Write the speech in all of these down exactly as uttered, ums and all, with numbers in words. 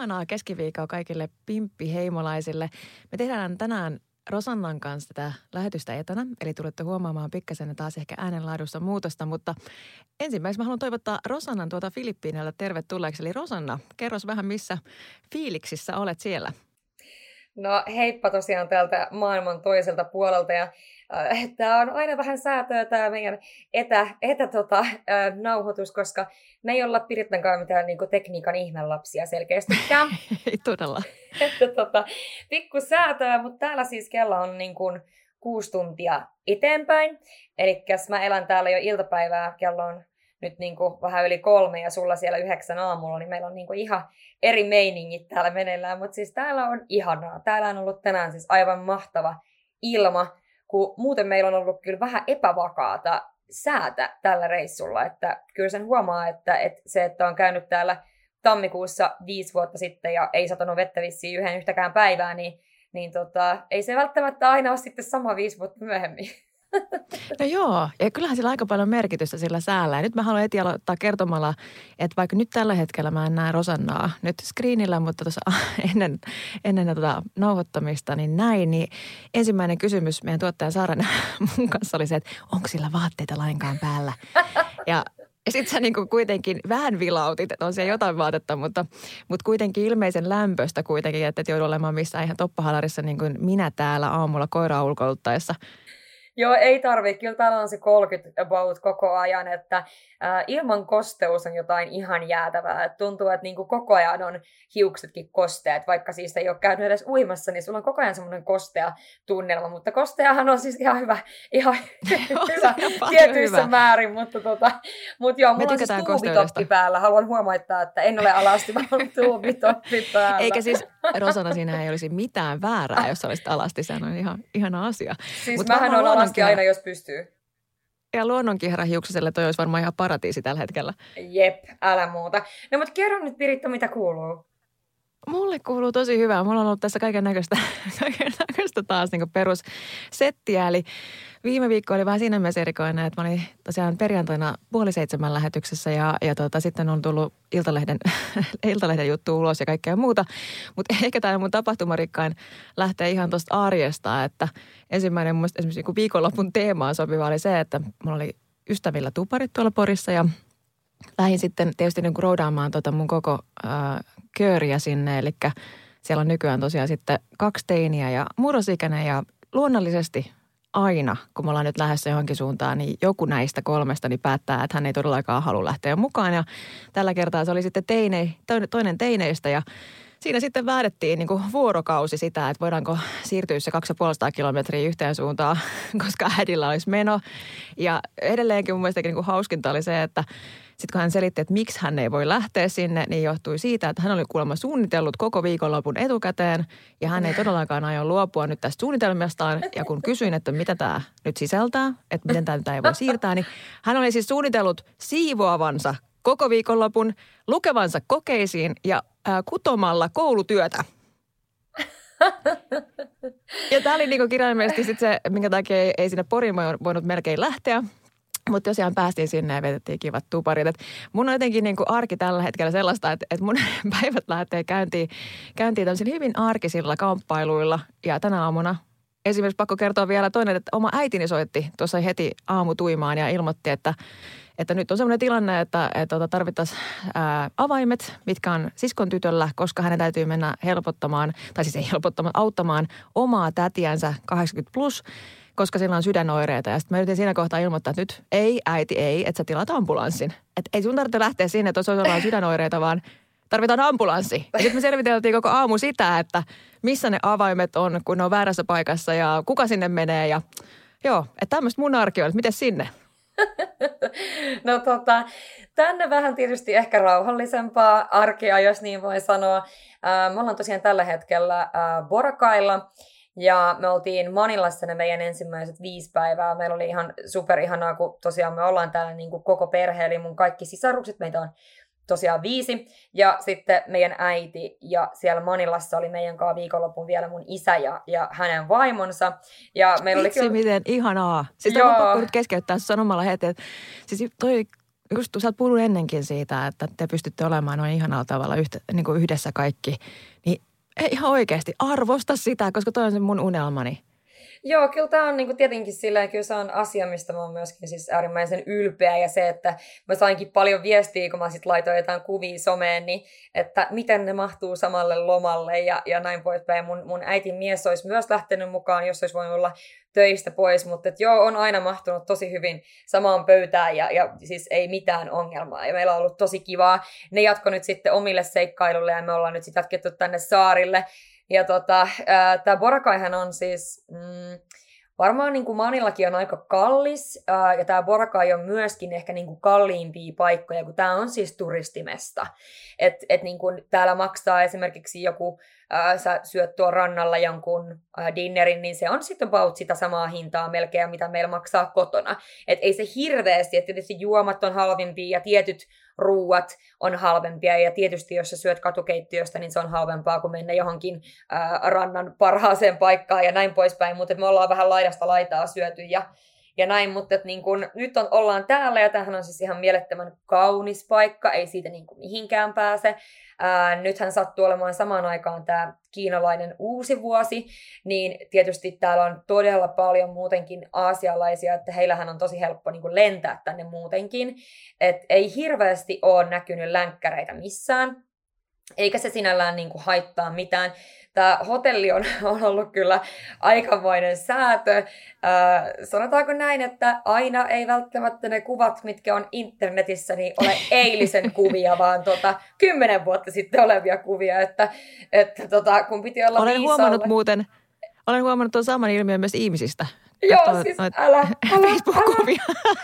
Ihanaa keskiviikkoa kaikille pimppiheimolaisille. Me tehdään tänään Rosannan kanssa tätä lähetystä etänä, eli tulette huomaamaan pikkasen taas ehkä äänenlaadussa muutosta, mutta ensimmäisenä mä haluan toivottaa Rosannan tuota Filippiineiltä tervetulleeksi. Eli Rosanna, kerros vähän missä fiiliksissä olet siellä? No heippa tosiaan täältä maailman toiselta puolelta ja äh, tämä on aina vähän säätöä tämä meidän etä, etä tota, äh, nauhoitus, koska me ei olla Pirittankaan mitään niinku tekniikan ihmelapsia selkeästikään. Ei todella. Että tota, pikku säätöä, mutta täällä siis kello on niin kuin kuusi tuntia eteenpäin. Eli mä elän täällä jo iltapäivää, kello on nyt niin kuin vähän yli kolme ja sulla siellä yhdeksän aamulla, niin meillä on niin kuin ihan eri meiningit täällä meneillään. Mutta siis täällä on ihanaa. Täällä on ollut tänään siis aivan mahtava ilma, kun muuten meillä on ollut kyllä vähän epävakaata säätä tällä reissulla. Että kyllä sen huomaa, että, että se, että on käynyt täällä tammikuussa viisi vuotta sitten ja ei satanut vettä vissiin yhden yhtäkään päivää, niin, niin tota, ei se välttämättä aina ole sitten sama viisi vuotta myöhemmin. No joo, ja kyllähän sillä aika paljon merkitystä sillä säällä. Ja nyt mä haluan heti aloittaa kertomalla, että vaikka nyt tällä hetkellä mä en näe Rosannaa nyt screenillä, mutta tuossa ennen, ennen tota nauhoittamista niin näin, niin ensimmäinen kysymys meidän tuottajan Saaran mun kanssa oli se, että onko sillä vaatteita lainkaan päällä? Ja Ja sitten sä niinku kuitenkin vähän vilautit, että on siellä jotain vaatetta, mutta, mutta kuitenkin ilmeisen lämpöstä kuitenkin, että et joudu olemaan missään ihan toppahalarissa niin kuin minä täällä aamulla koiraa ulkoiluttaessa. Joo, ei tarvitse. Kyllä täällä on se kolmekymmentä about koko ajan, että äh, ilman kosteus on jotain ihan jäätävää. Et tuntuu, että niinku koko ajan on hiuksetkin kosteet, vaikka siis ei ole käynyt edes uimassa, niin sulla on koko ajan semmoinen kostea tunnelma. Mutta kosteahan on siis ihan hyvä, ihan hyvä tietyissä hyvä. määrin. Mutta tota, mut joo, mulla on siis tuubitoppi päällä. Haluan huomauttaa, että en ole alasti, vaan on tuubitoppi päällä. Eikä siis, Rosanna, siinä ei olisi mitään väärää, jos olisit alasti. Sehän on ihan ihana asia. Siis Mut mähän on alasti aina, jos pystyy. Ja luonnonkiharahiuksiselle toi olisi varmaan ihan paratiisi tällä hetkellä. Jep, älä muuta. No mutta kerro nyt, Piritta, mitä kuuluu? Mulle kuuluu tosi hyvää. Mulla on ollut tässä kaiken näköistä, kaiken näköistä taas niin kuin perussettiä. Eli viime viikko oli vähän siinä mielessä erikoinen, että mä olin tosiaan perjantaina puoli seitsemän lähetyksessä ja, ja tota, sitten on tullut Iltalehden, Iltalehden juttu ulos ja kaikkea muuta. Mutta ehkä tämä mun tapahtumarikkain lähtee ihan tuosta arjesta, että ensimmäinen mun mielestä esimerkiksi niin kuin viikonlopun teemaan sopiva oli se, että mulla oli ystävillä tuparit tuolla Porissa ja lähdin sitten tietysti niin kuin roudaamaan tota mun koko äh, kööriä sinne, eli siellä on nykyään tosiaan sitten kaksi teiniä ja murrosikäinen ja luonnollisesti aina, kun me ollaan nyt lähdössä johonkin suuntaan, niin joku näistä kolmesta niin päättää, että hän ei todellakaan halua lähteä mukaan ja tällä kertaa se oli sitten teine, toinen teineistä ja siinä sitten väädettiin niin kuin vuorokausi sitä, että voidaanko siirtyä se kaksisataaviisikymmentä kilometriä yhteen suuntaan, koska äidillä olisi meno. Ja edelleenkin mun mielestä niin kuin hauskinta oli se, että sitten kun hän selitti, että miksi hän ei voi lähteä sinne, niin johtui siitä, että hän oli kuulemma suunnitellut koko viikonlopun etukäteen ja hän ei todellakaan aio luopua nyt tästä suunnitelmastaan. Ja kun kysyin, että mitä tämä nyt sisältää, että miten tämä ei voi siirtää, niin hän oli siis suunnitellut siivoavansa koko viikonlopun, lukevansa kokeisiin ja ää, kutomalla koulutyötä. Ja tämä oli niinku kirjaimellisesti sitten se, minkä takia ei, ei sinne Poriin voinut melkein lähteä. Mutta tosiaan päästiin sinne ja vetettiin kivat tuparit. Et mun on jotenkin niinku arki tällä hetkellä sellaista, että et mun päivät lähtee käyntiin, käyntiin tämmöisillä hyvin arkisilla kamppailuilla. Ja tänä aamuna esimerkiksi pakko kertoa vielä toinen, että oma äitini soitti tuossa heti aamutuimaan ja ilmoitti, että Että nyt on semmoinen tilanne, että, että tarvittaisiin ää, avaimet, mitkä on siskon tytöllä, koska hänen täytyy mennä helpottamaan, tai siis ei helpottamaan, auttamaan omaa tätiänsä kahdeksankymmentä plus, koska sillä on sydänoireita. Ja sitten mä yritin siinä kohtaa ilmoittaa, että nyt ei, äiti, ei, että sä tilaat ambulanssin. Että ei sun tarvitse lähteä sinne, että jos on sydänoireita, vaan tarvitaan ambulanssi. Ja sitten me selviteltiin koko aamu sitä, että missä ne avaimet on, kun ne on väärässä paikassa ja kuka sinne menee. Ja joo, että tämmöistä mun arki on, että miten sinne? No tota, tänne vähän tietysti ehkä rauhallisempaa arkea, jos niin voi sanoa. Ää, me ollaan tosiaan tällä hetkellä ää, Borakailla ja me oltiin Manilassa ne meidän ensimmäiset viisi päivää. Meillä oli ihan superihanaa, kun tosiaan me ollaan täällä niin kuin koko perhe, eli mun kaikki sisarukset, meitä on tosiaan viisi. Ja sitten meidän äiti ja siellä Manilassa oli meidän kanssa viikonlopun vielä mun isä ja, ja hänen vaimonsa. Ja meillä Itse oli kyllä... miten ihanaa. Siis on pakko nyt keskeyttää sanomalla heti, että siis toi just sä oot puhunut ennenkin siitä, että te pystytte olemaan noin ihanalla tavalla yhtä, niin kuin yhdessä kaikki, niin ei ihan oikeasti arvosta sitä, koska toi on se mun unelmani. Joo, kyllä tämä on niinku tietenkin silleen, kyllä se on asia, mistä mä oon myöskin siis äärimmäisen ylpeä ja se, että mä sainkin paljon viestiä, kun mä sit laitoin jotain kuvia someen, niin että miten ne mahtuu samalle lomalle ja, ja näin poispäin. Mun, mun äitin mies olisi myös lähtenyt mukaan, jos olisi voinut olla töistä pois, mutta et joo, on aina mahtunut tosi hyvin samaan pöytään ja, ja siis ei mitään ongelmaa. Ja meillä on ollut tosi kivaa. Ne jatko nyt sitten omille seikkailulle ja me ollaan nyt sitten jatkettu tänne saarille. Ja tota, tämä Boracayhan on siis, mm, varmaan niin kuin Manillakin on aika kallis, ää, ja tämä Boracay on myöskin ehkä niin kuin kalliimpia paikkoja, kun tämä on siis turistimesta. Että et niin kuin täällä maksaa esimerkiksi joku, ää, sä syöt tuon rannalla jonkun ää, dinnerin, niin se on sitten about sitä samaa hintaa melkein, mitä meillä maksaa kotona. Että ei se hirveästi, että tietysti juomat on halvimpia ja tietyt ruuat on halvempia ja tietysti jos sä syöt katukeittiöstä, niin se on halvempaa kuin mennä johonkin ää, rannan parhaaseen paikkaan ja näin poispäin, mutta me ollaan vähän laidasta laitaa syöty ja, ja näin, mutta niin kun, nyt on, ollaan täällä ja tämähän on siis ihan mielettömän kaunis paikka, ei siitä niin kuin mihinkään pääse. Ää, nythän sattuu olemaan samaan aikaan tämä kiinalainen uusi vuosi, niin tietysti täällä on todella paljon muutenkin aasialaisia, että heillähän on tosi helppo niin kuin lentää tänne muutenkin. Et ei hirveästi ole näkynyt länkkäreitä missään, eikä se sinällään niin kuin haittaa mitään. Tämä hotelli on, on ollut kyllä aikamoinen säätö. Äh, sanotaanko näin, että aina ei välttämättä ne kuvat, mitkä on internetissä, niin ole eilisen kuvia, vaan tota, kymmenen vuotta sitten olevia kuvia. Että, että tota, kun piti olla olen viisaalle. huomannut muuten, olen huomannut tuon saman ilmiön myös ihmisistä. Joo, Katso, siis noit älä, älä, Facebook-kuvia.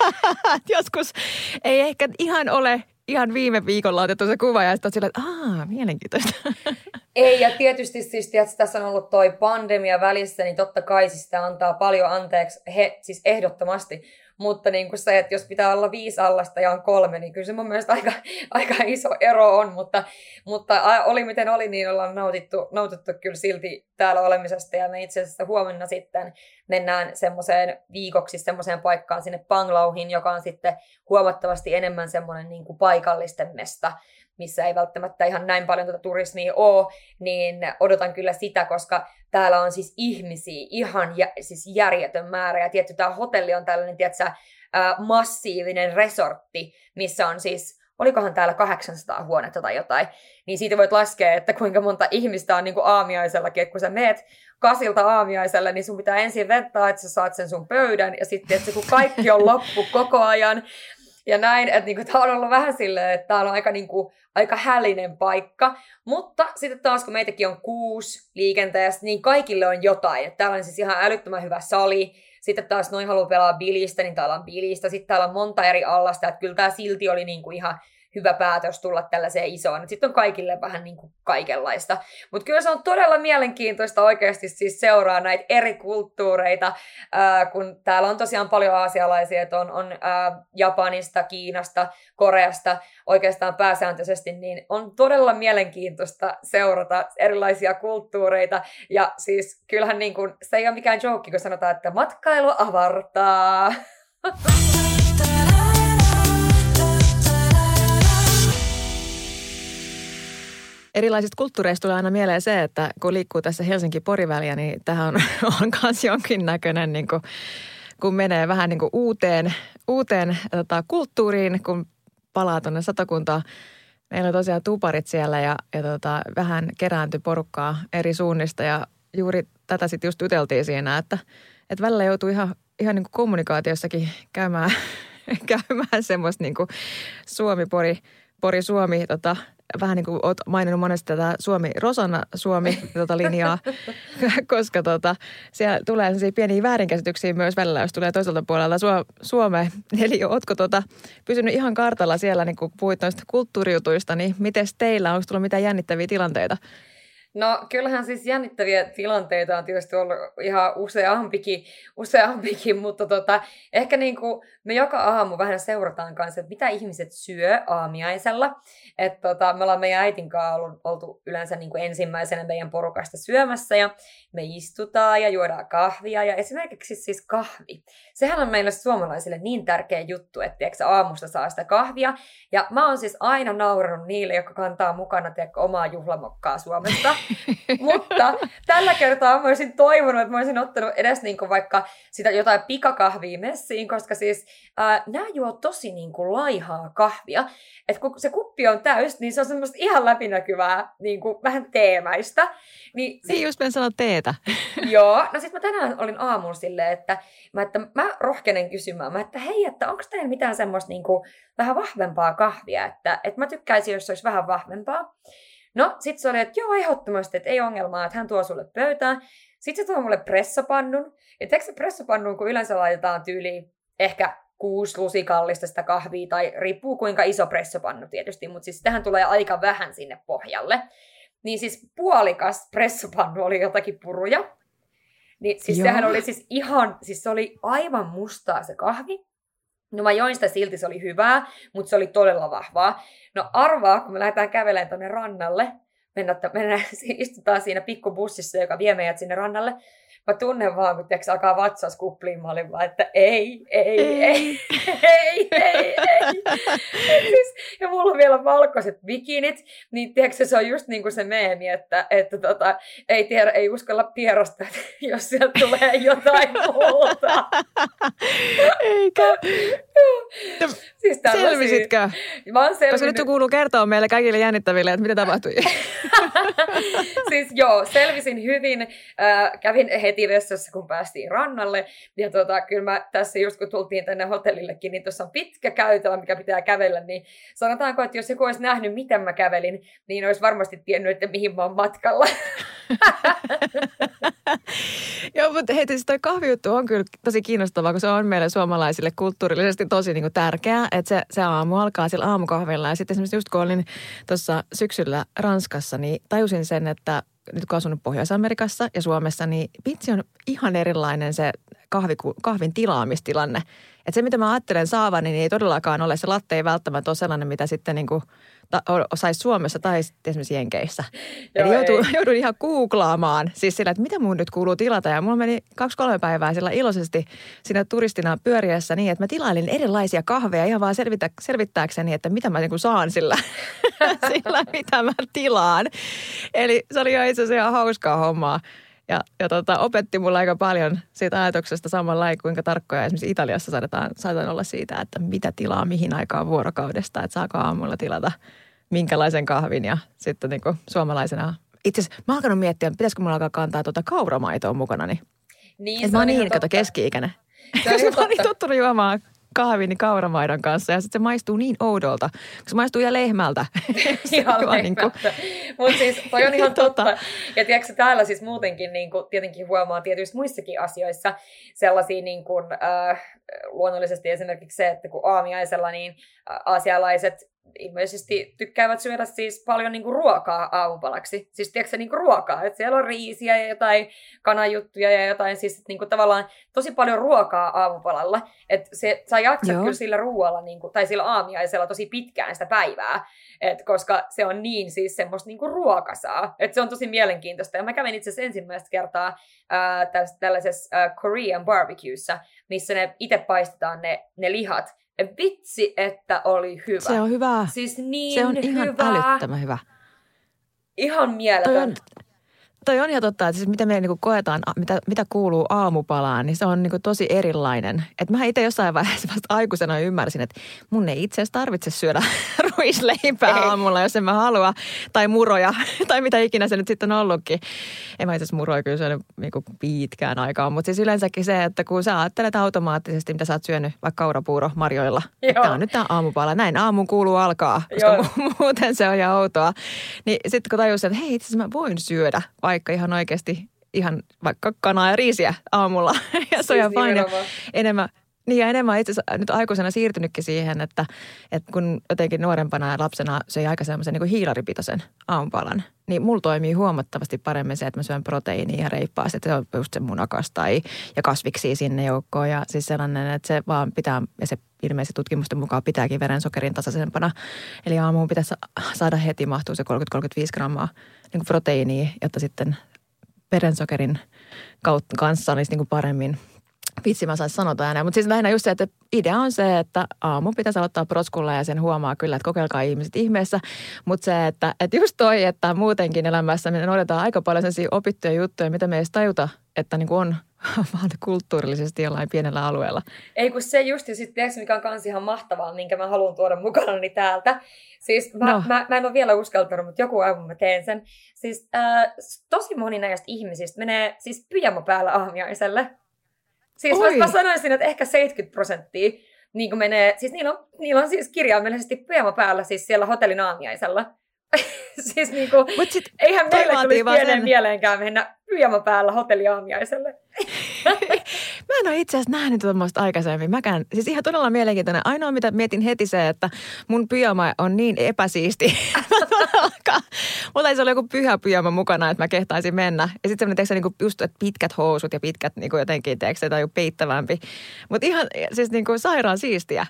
Joskus ei ehkä ihan ole ihan viime viikolla otettu se kuva ja sitten olet silleen, että aah, mielenkiintoista. Ei, ja tietysti siis, tiedätkö, tässä on ollut toi pandemia välissä, niin totta kai siis sitä antaa paljon anteeksi, he, siis ehdottomasti. Mutta niin kuin se, että jos pitää olla viisi allasta ja on kolme, niin kyllä se mun mielestä aika, aika iso ero on. Mutta, mutta oli miten oli, niin ollaan nautittu, nautittu kyllä silti täällä olemisesta. Ja me itse asiassa huomenna sitten mennään semmoiseen viikoksi semmoiseen paikkaan sinne Panglauhin, joka on sitten huomattavasti enemmän semmoinen niin kuin paikallisten mesta, missä ei välttämättä ihan näin paljon tuota turismia ole, niin odotan kyllä sitä, koska täällä on siis ihmisiä ihan jä, siis järjetön määrä. Ja tietty tämä hotelli on tällainen, tiedätkö, ää, massiivinen resortti, missä on siis, olikohan täällä kahdeksansataa huonetta tai jotain, niin siitä voit laskea, että kuinka monta ihmistä on niin kuin aamiaisellakin, että kun sä meet kasilta aamiaiselle, niin sun pitää ensin vettaa, että sä saat sen sun pöydän, ja sitten, että kun kaikki on loppu koko ajan, ja näin, että niinku, tämä on ollut vähän silleen, että tämä on aika, niinku, aika hällinen paikka. Mutta sitten taas, kun meitäkin on kuusi liikenteessä, niin kaikille on jotain. Että täällä on siis ihan älyttömän hyvä sali. Sitten taas noin haluaa pelaa bilistä, niin täällä on bilistä. Sitten täällä on monta eri allasta. Että kyllä tämä silti oli niinku ihan hyvä päätös tulla tällaiseen isoon. Sitten on kaikille vähän niin kuin kaikenlaista. Mutta kyllä se on todella mielenkiintoista oikeasti siis seuraa näitä eri kulttuureita, ää, kun täällä on tosiaan paljon aasialaisia, että on, on ää, Japanista, Kiinasta, Koreasta oikeastaan pääsääntöisesti, niin on todella mielenkiintoista seurata erilaisia kulttuureita. Ja siis kyllähän niin kuin, se ei ole mikään joke, kun sanotaan, että matkailu avartaa. Erilaisista kulttuureista tulee aina mieleen se, että kun liikkuu tässä Helsinki-Pori-väliä, niin tähän on, on myös jonkinnäköinen, niin kuin, kun menee vähän niin kuin uuteen, uuteen tota, kulttuuriin, kun palaa tuonne Satakuntaan. Meillä on tosiaan tuparit siellä ja, ja tota, vähän kerääntyi porukkaa eri suunnista ja juuri tätä sitten just juteltiin siinä, että, että välillä joutuu ihan, ihan niin kuin kommunikaatiossakin käymään, käymään semmoista niin kuin Suomi-Pori, Pori-Suomi tota, vähän niin kuin olet maininnut monesti tätä Suomi-Rosanna-Suomi-linjaa, koska tota, siellä tulee sellaisia pieniä väärinkäsityksiä myös välillä, jos tulee toiselta puolelta Suomeen. Eli oletko tota, pysynyt ihan kartalla siellä, niin kun puhuit noista kulttuurijutuista, niin miten teillä, onko tullut mitään jännittäviä tilanteita? No kyllähän siis jännittäviä tilanteita on tietysti ollut ihan useampikin, useampikin mutta tota, ehkä niin kuin me joka aamu vähän seurataan kanssa, että mitä ihmiset syö aamiaisella. Että tota, me ollaan meidän äitin kanssa ollut, oltu yleensä niin kuin ensimmäisenä meidän porukasta syömässä ja me istutaan ja juodaan kahvia ja esimerkiksi siis kahvi. Sehän on meille suomalaisille niin tärkeä juttu, että tiedätkö, aamusta saa sitä kahvia. Ja mä oon siis aina naurannut niille, jotka kantaa mukana tiedätkö, omaa juhlamokkaa Suomesta. Mutta tällä kertaa mä olisin toivonut, että mä olisin ottanut edes niinku vaikka sitä jotain pikakahvia messiin, koska siis ää, nää juo tosi niinku laihaa kahvia. Että kun se kuppi on täys, niin se on semmoista ihan läpinäkyvää, niinku vähän teemäistä. Niin, niin just en sano teetä. Joo, no sit mä tänään olin aamulla silleen, että mä, että mä rohkenen kysymään, mä, että hei, että onko teillä mitään semmoista niinku vähän vahvempaa kahvia, että, että mä tykkäisin, jos se olisi vähän vahvempaa. No, sit se oli, että joo, ehdottomasti, että ei ongelmaa, että hän tuo sulle pöytään. Sitten se tuo mulle pressopannun. Ja teekö se pressopannun, kun yleensä laitetaan tyyliin ehkä kuusi lusikallista sitä kahvia, tai riippuu kuinka iso pressopannu tietysti, mutta siis tähän tulee aika vähän sinne pohjalle. Niin siis puolikas pressopannu oli jotakin puruja. Niin siis joo. Sehän oli siis ihan, siis se oli aivan mustaa se kahvi. No mä join sitä silti, se oli hyvää, mutta se oli todella vahvaa. No arvaa, kun me lähdetään kävelemään tuonne rannalle, mennään, mennään, istutaan siinä pikkubussissa, joka vie meidät sinne rannalle. Mä tunnen vaan, kun tiiäks, alkaa vatsas kupliin, mä olin vaan, että ei, ei, ei, ei, ei, ei, ei. Siis, ja mulla on vielä valkoiset bikinit, niin tiiäks, se on just niin kuin se meemi, että, että tota, ei, tiedä, ei uskalla pierosta, jos sieltä tulee jotain muuta. Eikä. Siis selvisitkö? Mä oon selvinnyt. Koska nyt kuuluu kertoa meille kaikille jännittäville, että mitä tapahtui. Siis joo, selvisin hyvin. Äh, kävin heti vessassa, kun päästiin rannalle. Ja tota, kyllä mä tässä just kun tultiin tänne hotellillekin, niin tuossa on pitkä käytävä, mikä pitää kävellä. Niin sanotaanko, että jos joku olisi nähnyt, miten mä kävelin, niin olisi varmasti tiennyt, että mihin mä oon matkalla. Joo, mutta hei, siis toi kahvijuttu on kyllä tosi kiinnostavaa, kun se on meille suomalaisille kulttuurillisesti tosi niin kuin tärkeää, että se, se aamu alkaa sillä aamukahvilla. Ja sitten esimerkiksi just kun olin tuossa syksyllä Ranskassa, niin tajusin sen, että nyt kun asunut Pohjois-Amerikassa ja Suomessa, niin vitsi on ihan erilainen se kahvi, kahvin tilaamistilanne. Että se, mitä mä ajattelen saavani, niin ei todellakaan ole. Se latte ei välttämättä ole sellainen, mitä sitten niin kuin saisi Suomessa tai esimerkiksi Jenkeissä. Joo, eli joutuu, joudun ihan googlaamaan siis sillä, että mitä mun nyt kuuluu tilata. Ja mulla meni kaksi-kolme päivää sillä iloisesti siinä turistina pyöriessä niin, että mä tilailin erilaisia kahveja ihan vaan selvitä, selvittääkseni, että mitä mä niin kuin saan sillä, sillä, mitä mä tilaan. Eli se oli jo itse asiassa ihan hauskaa hommaa. Ja, ja tota, opetti mulle aika paljon siitä ajatuksesta samanlailla, kuinka tarkkoja esimerkiksi Italiassa saadetaan, saadetaan olla siitä, että mitä tilaa mihin aikaan vuorokaudesta, että saako aamulla tilata minkälaisen kahvin ja sitten niin kuin suomalaisena. Itse asiassa mä oon alkanut miettiä, pitäisikö mulla alkaa kantaa tuota kauramaitoa mukanani. Niin, että mä oon niin, kato, keski-ikäinen. Se on mä oon niin tottunut juomaan kahvini kauramaidon kanssa ja sitten se maistuu niin oudolta, koska se maistuu ihan lehmältä. Ihan lehmältä. Niin kuin... Mutta siis toi on ihan totta. Ja tiedätkö täällä siis muutenkin niin kuin, tietenkin huomaa tietyissä muissakin asioissa sellaisia niin kuin, äh, luonnollisesti esimerkiksi se, että kun aamiaisella niin äh, aasialaiset ilmeisesti tykkäävät syödä siis paljon niinku ruokaa aamupalaksi. Siis tiedätkö niinku ruokaa, että siellä on riisiä ja jotain kananjuttuja ja jotain, siis niinku tavallaan tosi paljon ruokaa aamupalalla. Että se, sä jaksat Joo. kyllä sillä ruoalla, niinku, tai sillä aamiaisella tosi pitkään sitä päivää, et koska se on niin siis semmoista niinku ruokasaa. Että se on tosi mielenkiintoista. Ja mä kävin itse asiassa ensimmäistä kertaa ää, tällaisessa ää, Korean barbecuessa, missä ne itse paistetaan ne, ne lihat. Vitsi, että oli hyvä. Se on hyvä. Siis niin Se on ihan hyvä. älyttömän hyvä. Ihan mieletön. Toi on, toi on ihan totta, että siis mitä me niinku koetaan, mitä, mitä kuuluu aamupalaan, niin se on niinku tosi erilainen. Että mä itse jossain vaiheessa vasta aikuisena ymmärsin, että mun ei itse asiassa tarvitse syödä ruisleipää ei. aamulla, jos en mä halua. Tai muroja, tai mitä ikinä se nyt sitten on ollutkin. En mä itse asiassa muroja kyllä syönyt niinku pitkään aikaan, mutta siis yleensäkin se, että kun sä ajattelet automaattisesti, mitä sä oot syönyt vaikka kaurapuuro marjoilla. Tämä on nyt tämä aamupala. Näin aamun kuuluu alkaa, koska Joo. muuten se on ihan outoa. Niin sitten kun tajusin, että hei, itse asiassa mä voin syödä vaikka ihan oikeasti ihan vaikka kanaa ja riisiä aamulla. Ja se on ihan fine. Enemmän, Niin ja enemmän itse asiassa nyt aikuisena siirtynytkin siihen, että, että kun jotenkin nuorempana ja lapsena söi aika semmoisen niin kuin hiilaripitoisen aamupalan, niin mulla toimii huomattavasti paremmin se, että mä syön proteiinia ja reippaasti, että se on just se munakas tai ja kasviksia sinne joukkoon ja siis sellainen, että se vaan pitää, ja se ilmeisesti tutkimusten mukaan pitääkin verensokerin tasaisempana. Eli aamuun pitäisi saada heti mahtuu se kolmekymmentä kolmekymmentäviisi grammaa niin kuin proteiinia, jotta sitten verensokerin kautta kanssa olisi niin kuin paremmin. Vitsi, mä saisin sanota ääneen. Mutta siis lähinnä just se, että idea on se, että aamu pitäisi aloittaa proskulla ja sen huomaa kyllä, että kokeilkaa ihmiset ihmeessä. Mutta se, että, että just toi, että muutenkin elämässä me noudataan aika paljon sellaisia opittuja juttuja, mitä me ei edes tajuta, että niin kuin on vaan kulttuurillisesti jollain pienellä alueella. Ei kun se just, ja sitten tiedätkö, mikä on kans ihan mahtavaa, minkä mä haluan tuoda mukanani täältä. Siis mä, no. mä, mä en ole vielä uskaltanut, mutta joku aamu mä teen sen. Siis äh, tosi moni näistä ihmisistä menee siis pyjama päällä aamiaiselle. Siis mä, mä sanoisin, että ehkä seitsemänkymmentä prosenttia niin menee, siis niillä on, niillä on siis kirjaimellisesti pyjama päällä siis siellä hotellin aamiaisella. Siis niinku, eihän meille tulisi pieneen sen mieleenkään mennä pyjama päällä hotelliaamiaiselle. Mä en ole itse asiassa nähnyt tuommoista aikaisemmin. Mäkään, siis ihan todella mielenkiintoinen. Ainoa, mitä mietin heti se, että mun pyjama on niin epäsiisti. Mulla ei se ole joku pyhä pyjama mukana, että mä kehtaisin mennä. Ja sitten semmoinen, teeksä, niinku just että pitkät housut ja pitkät niinku jotenkin, teeksä, tai joku peittävämpi. Mutta ihan siis niinku sairaan siistiä.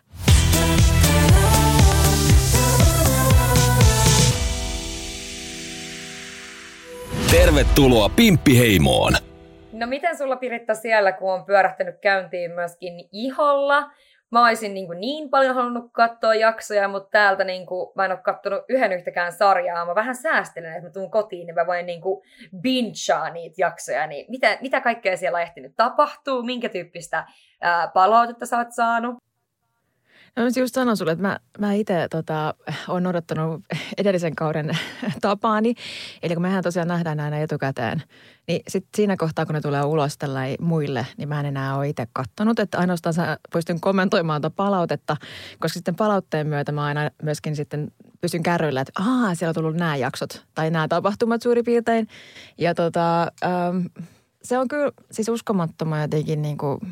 Tervetuloa Pimppiheimoon! No miten sulla, Piritta, siellä, kun on pyörähtänyt käyntiin myöskin iholla? Mä olisin niin, niin paljon halunnut katsoa jaksoja, mutta täältä niin kuin, mä en ole katsonut yhden yhtäkään sarjaa. Mä vähän säästelen, että mä tuun kotiin, niin mä voin niin bingea niitä jaksoja. Niin mitä, mitä kaikkea siellä on ehtinyt tapahtuu? Minkä tyyppistä ää, palautetta sä oot saanut? No mä just sanon sulle, että mä, mä itse tota, olen odottanut edellisen kauden tapaani. Eli kun mehän tosiaan nähdään aina etukäteen, niin sit siinä kohtaa, kun ne tulee ulos tällä muille, niin mä en enää ole itse kattonut. Että ainoastaan sä pystyn kommentoimaan tuota palautetta, koska sitten palautteen myötä mä aina myöskin sitten pystyn kärryillä, että aah, siellä on tullut nämä jaksot tai nämä tapahtumat suurin piirtein. Ja tota, ähm, se on kyllä siis uskomattoman jotenkin niin kuin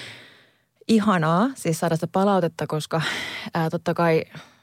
ihanaa siis saada sitä palautetta, koska ää, totta kai,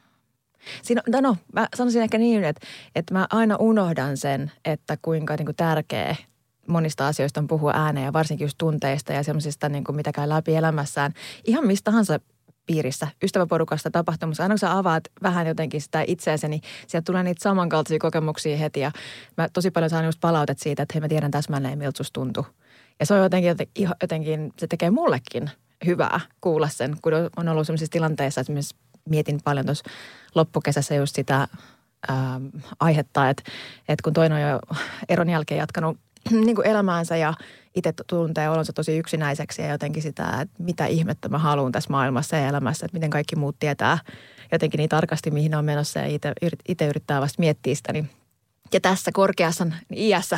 siinä, no mä sanoisin ehkä niin, että, että mä aina unohdan sen, että kuinka niin kuin tärkeä monista asioista on puhua ääneen ja varsinkin just tunteista ja semmoisista, niin kuin mitä käy läpi elämässään. Ihan mistä tahansa piirissä, ystäväporukasta, tapahtumassa. Aina kun sä avaat vähän jotenkin sitä itseäsi, niin sieltä tulee niitä samankaltaisia kokemuksia heti ja mä tosi paljon saan just palautet siitä, että hei, mä tiedän täsmälleen, miltä susta tuntuu. Ja se on jotenkin, jotenkin, se tekee mullekin hyvää kuulla sen, kun on ollut sellaisissa tilanteissa, että myös mietin paljon tuossa loppukesässä just sitä ää, aihetta, että, että kun toinen on jo eron jälkeen jatkanut niin kuin elämäänsä ja itse tuntee olonsa tosi yksinäiseksi ja jotenkin sitä, että mitä ihmettä mä haluan tässä maailmassa ja elämässä, että miten kaikki muut tietää jotenkin niin tarkasti, mihin ne on menossa ja itse, itse yrittää vasta miettiä sitä, niin ja tässä korkeassa iässä,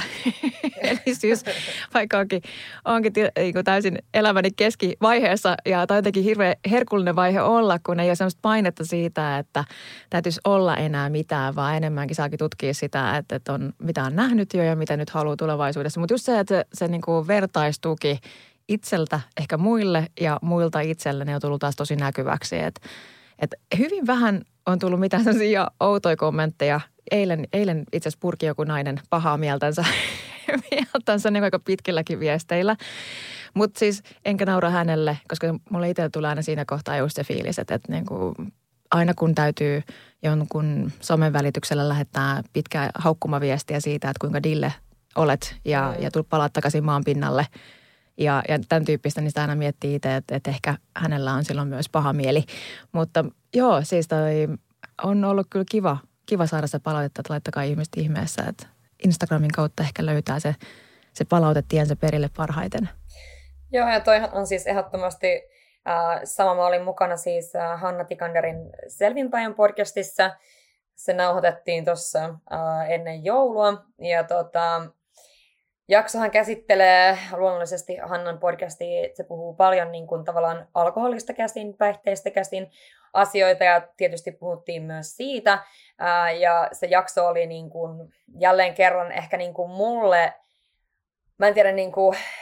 eli siis vaikka onkin, onkin niin täysin elämäni keskivaiheessa ja tai jotenkin hirveän herkullinen vaihe olla, kun ei ole sellaista painetta siitä, että täytyisi olla enää mitään, vaan enemmänkin saakin tutkia sitä, että, että on, mitä on nähnyt jo ja mitä nyt haluaa tulevaisuudessa. Mutta just se, että se, se niin kuin vertaistuki itseltä ehkä muille ja muilta itselle, ne on tullut taas tosi näkyväksi. Että, että hyvin vähän on tullut mitään sellaisia outoja kommentteja. Eilen, eilen itse asiassa purki joku nainen pahaa mieltänsä, mieltänsä niin aika pitkilläkin viesteillä. Mutta siis enkä naura hänelle, koska mulle itsellä tulee aina siinä kohtaa just se fiilis, että, että niin kuin aina kun täytyy jonkun somen välityksellä lähettää pitkää haukkumaviestiä siitä, että kuinka dille olet ja, ja tul palaat takaisin maan pinnalle. Ja, ja tämän tyyppistä, niin sitä aina miettii itse, että, että ehkä hänellä on silloin myös paha mieli. Mutta joo, siis toi on ollut kyllä kiva. Kiva saada se palautetta, että laittakaa ihmiset ihmeessä, että Instagramin kautta ehkä löytää se, se palautetiensä perille parhaiten. Joo, ja toihan on siis ehdottomasti äh, sama. Mä olin mukana siis äh, Hanna Tikanderin Selvinpäin podcastissa. Se nauhoitettiin tuossa äh, ennen joulua. Ja tota, jaksohan käsittelee luonnollisesti Hannan podcasti. Se puhuu paljon niin kuin tavallaan alkoholista käsin, päihteistä käsin asioita ja tietysti puhuttiin myös siitä. Ää, ja se jakso oli niin kuin, jälleen kerran ehkä niin kuin mulle, mä en tiedä, niin kuin,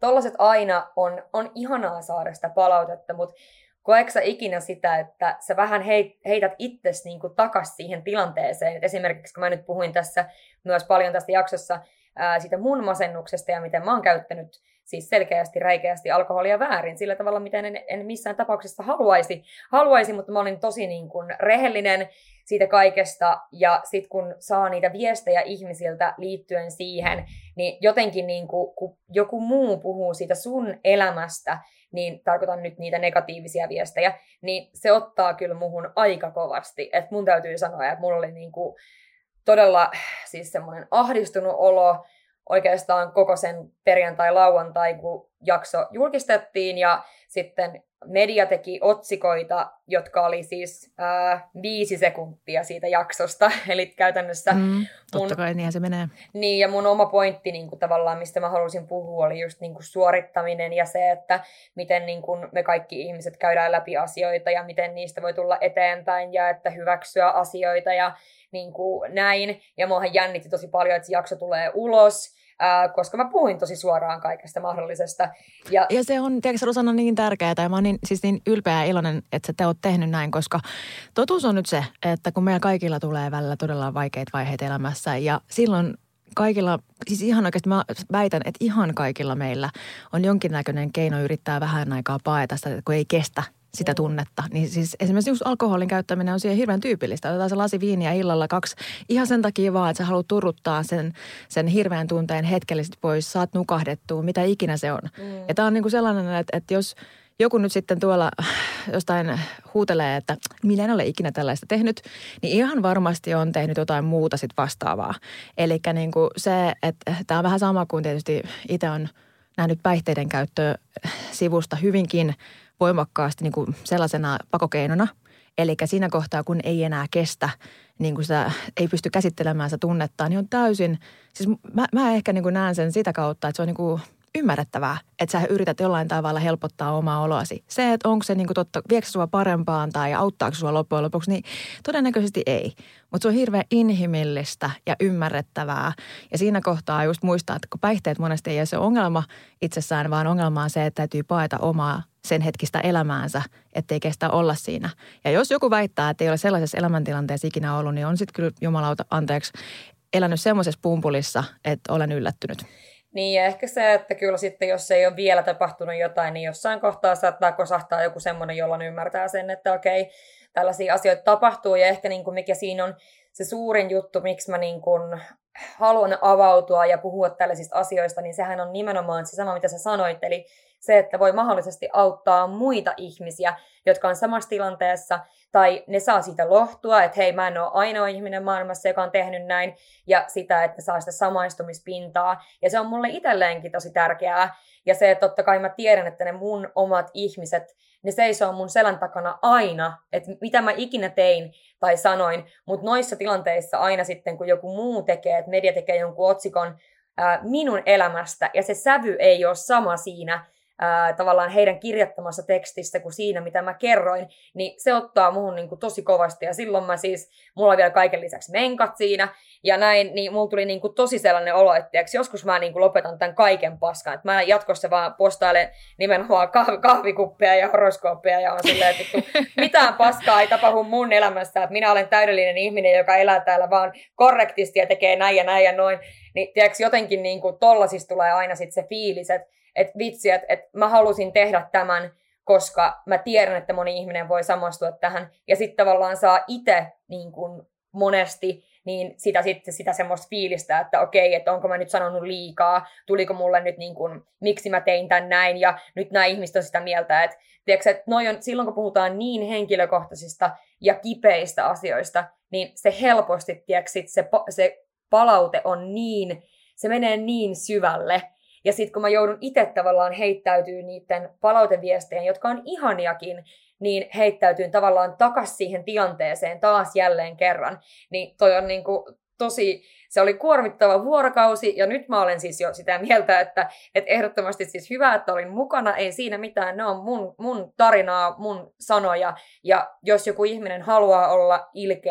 tollaset aina on, on ihanaa saada sitä palautetta, mutta koetko sä ikinä sitä, että sä vähän heität itsesi niin kuin takas siihen tilanteeseen? Et esimerkiksi kun mä nyt puhuin tässä myös paljon tästä jaksossa ää, siitä mun masennuksesta ja miten mä oon käyttänyt siis selkeästi, räikeästi alkoholia väärin sillä tavalla, miten en, en missään tapauksessa haluaisi, haluaisi, mutta mä olin tosi niin kuin rehellinen siitä kaikesta, ja sitten kun saa niitä viestejä ihmisiltä liittyen siihen, niin jotenkin niin kuin, kun joku muu puhuu siitä sun elämästä, niin tarkoitan nyt niitä negatiivisia viestejä, niin se ottaa kyllä muhun aika kovasti. Että mun täytyy sanoa, että mulla oli niin kuin todella siis semmoinen ahdistunut olo, oikeastaan koko sen perjantai-lauantai, kun jakso julkistettiin, ja sitten media teki otsikoita, jotka oli siis ää, viisi sekuntia siitä jaksosta, eli käytännössä mm, mun, totta kai, niinhän se menee. Niin, ja mun oma pointti niin kuin tavallaan, mistä mä halusin puhua, oli just niin kuin suorittaminen ja se, että miten niin kuin me kaikki ihmiset käydään läpi asioita ja miten niistä voi tulla eteenpäin ja että hyväksyä asioita ja niin kuin näin. Ja muahan jännitti tosi paljon, että se jakso tulee ulos, ää, koska mä puhuin tosi suoraan kaikesta mahdollisesta. Ja, ja se on, tiedätkö Rosanna, niin tärkeää, ja mä oon niin, siis niin ylpeä ja iloinen, että te oot tehnyt näin, koska totuus on nyt se, että kun meillä kaikilla tulee välillä todella vaikeita vaiheita elämässä, ja silloin kaikilla, siis ihan oikeasti mä väitän, että ihan kaikilla meillä on jonkinnäköinen keino yrittää vähän aikaa paeta sitä, kun ei kestä sitä tunnetta. Niin siis esimerkiksi just alkoholin käyttäminen on siihen hirveän tyypillistä. Otetaan se lasi viiniä illalla kaksi ihan sen takia vaan, että sä haluat turruttaa sen, sen hirveän tunteen hetkellisesti pois, saat nukahdettua, mitä ikinä se on. Mm. Ja tää on niinku sellainen, että, että jos joku nyt sitten tuolla jostain huutelee, että minä en ole ikinä tällaista tehnyt, niin ihan varmasti on tehnyt jotain muuta sitten vastaavaa. Eli niinku se, että tämä on vähän sama kuin tietysti itse on nähnyt päihteiden käyttöä sivusta hyvinkin voimakkaasti niin kuin sellaisena pakokeinona. Eli siinä kohtaa, kun ei enää kestä, niin kuin sitä ei pysty käsittelemään sitä tunnetta, niin on täysin, siis mä, mä ehkä niin kuin näen sen sitä kautta, että se on niin kuin ymmärrettävää, että sä yrität jollain tavalla helpottaa omaa oloasi. Se, että onko se niin kuin totta, viekö sua parempaan tai auttaako sua loppujen lopuksi, niin todennäköisesti ei. Mutta se on hirveän inhimillistä ja ymmärrettävää. Ja siinä kohtaa just muistaa, että kun päihteet monesti ei ole se ongelma itsessään, vaan ongelma on se, että täytyy paeta omaa sen hetkistä elämäänsä, ettei kestä olla siinä. Ja jos joku väittää, että ei ole sellaisessa elämäntilanteessa ikinä ollut, niin on sitten kyllä jumalauta anteeksi elänyt semmoisessa pumpulissa, että olen yllättynyt. Niin, ja ehkä se, että kyllä sitten, jos ei ole vielä tapahtunut jotain, niin jossain kohtaa saattaa kosahtaa joku semmoinen, jolloin ymmärtää sen, että okei, tällaisia asioita tapahtuu, ja ehkä niin kuin mikä siinä on se suurin juttu, miksi mä niin kuin haluan avautua ja puhua tällaisista asioista, niin sehän on nimenomaan se sama, mitä sä sanoit, eli se, että voi mahdollisesti auttaa muita ihmisiä, jotka on samassa tilanteessa, tai ne saa siitä lohtua, että hei, mä en ole ainoa ihminen maailmassa, joka on tehnyt näin, ja sitä, että saa sitä samaistumispintaa. Ja se on mulle itselleenkin tosi tärkeää. Ja se, että totta kai mä tiedän, että ne mun omat ihmiset, ne seisoo mun selän takana aina, että mitä mä ikinä tein tai sanoin, mutta noissa tilanteissa aina sitten, kun joku muu tekee, että media tekee jonkun otsikon ää, minun elämästä, ja se sävy ei ole sama siinä, Ää, tavallaan heidän kirjoittamassa tekstissä kuin siinä, mitä mä kerroin, niin se ottaa muhun niin kuin tosi kovasti. Ja silloin mä siis, mulla oli vielä kaiken lisäksi menkat siinä, ja näin, niin mulla tuli niin kuin tosi sellainen olo, että joskus mä niin kuin lopetan tämän kaiken paskan. Että mä jatkossa vaan postailen nimenomaan kahv- kahvikuppeja ja horoskooppeja, ja on silleen, että vittu, mitään paskaa ei tapahdu mun elämässä, että minä olen täydellinen ihminen, joka elää täällä vaan korrektisti ja tekee näin ja näin ja noin. Niin tiedätkö, jotenkin niin kuin tollasista tulee aina sitten se fiilis, että että vitsi, että et mä halusin tehdä tämän, koska mä tiedän, että moni ihminen voi samastua tähän. Ja sitten tavallaan saa itse niin kun monesti niin sitä, sitä, sitä semmoista fiilistä, että okei, että onko mä nyt sanonut liikaa, tuliko mulle nyt niin kun, miksi mä tein tän näin, ja nyt nämä ihmiset on sitä mieltä, että, tiedätkö, että noi on, silloin kun puhutaan niin henkilökohtaisista ja kipeistä asioista, niin se helposti, tiedätkö, se, se palaute on niin, se menee niin syvälle. Ja sitten kun mä joudun itse tavallaan heittäytyy niiden palauteviestejä, jotka on ihaniakin, niin heittäytyyn tavallaan takaisin siihen tilanteeseen taas jälleen kerran. Niin toi on niinku tosi, se oli kuormittava vuorokausi, ja nyt mä olen siis jo sitä mieltä, että, että ehdottomasti siis hyvä, että olin mukana, ei siinä mitään, ne on mun, mun tarinaa, mun sanoja, ja jos joku ihminen haluaa olla ilkeä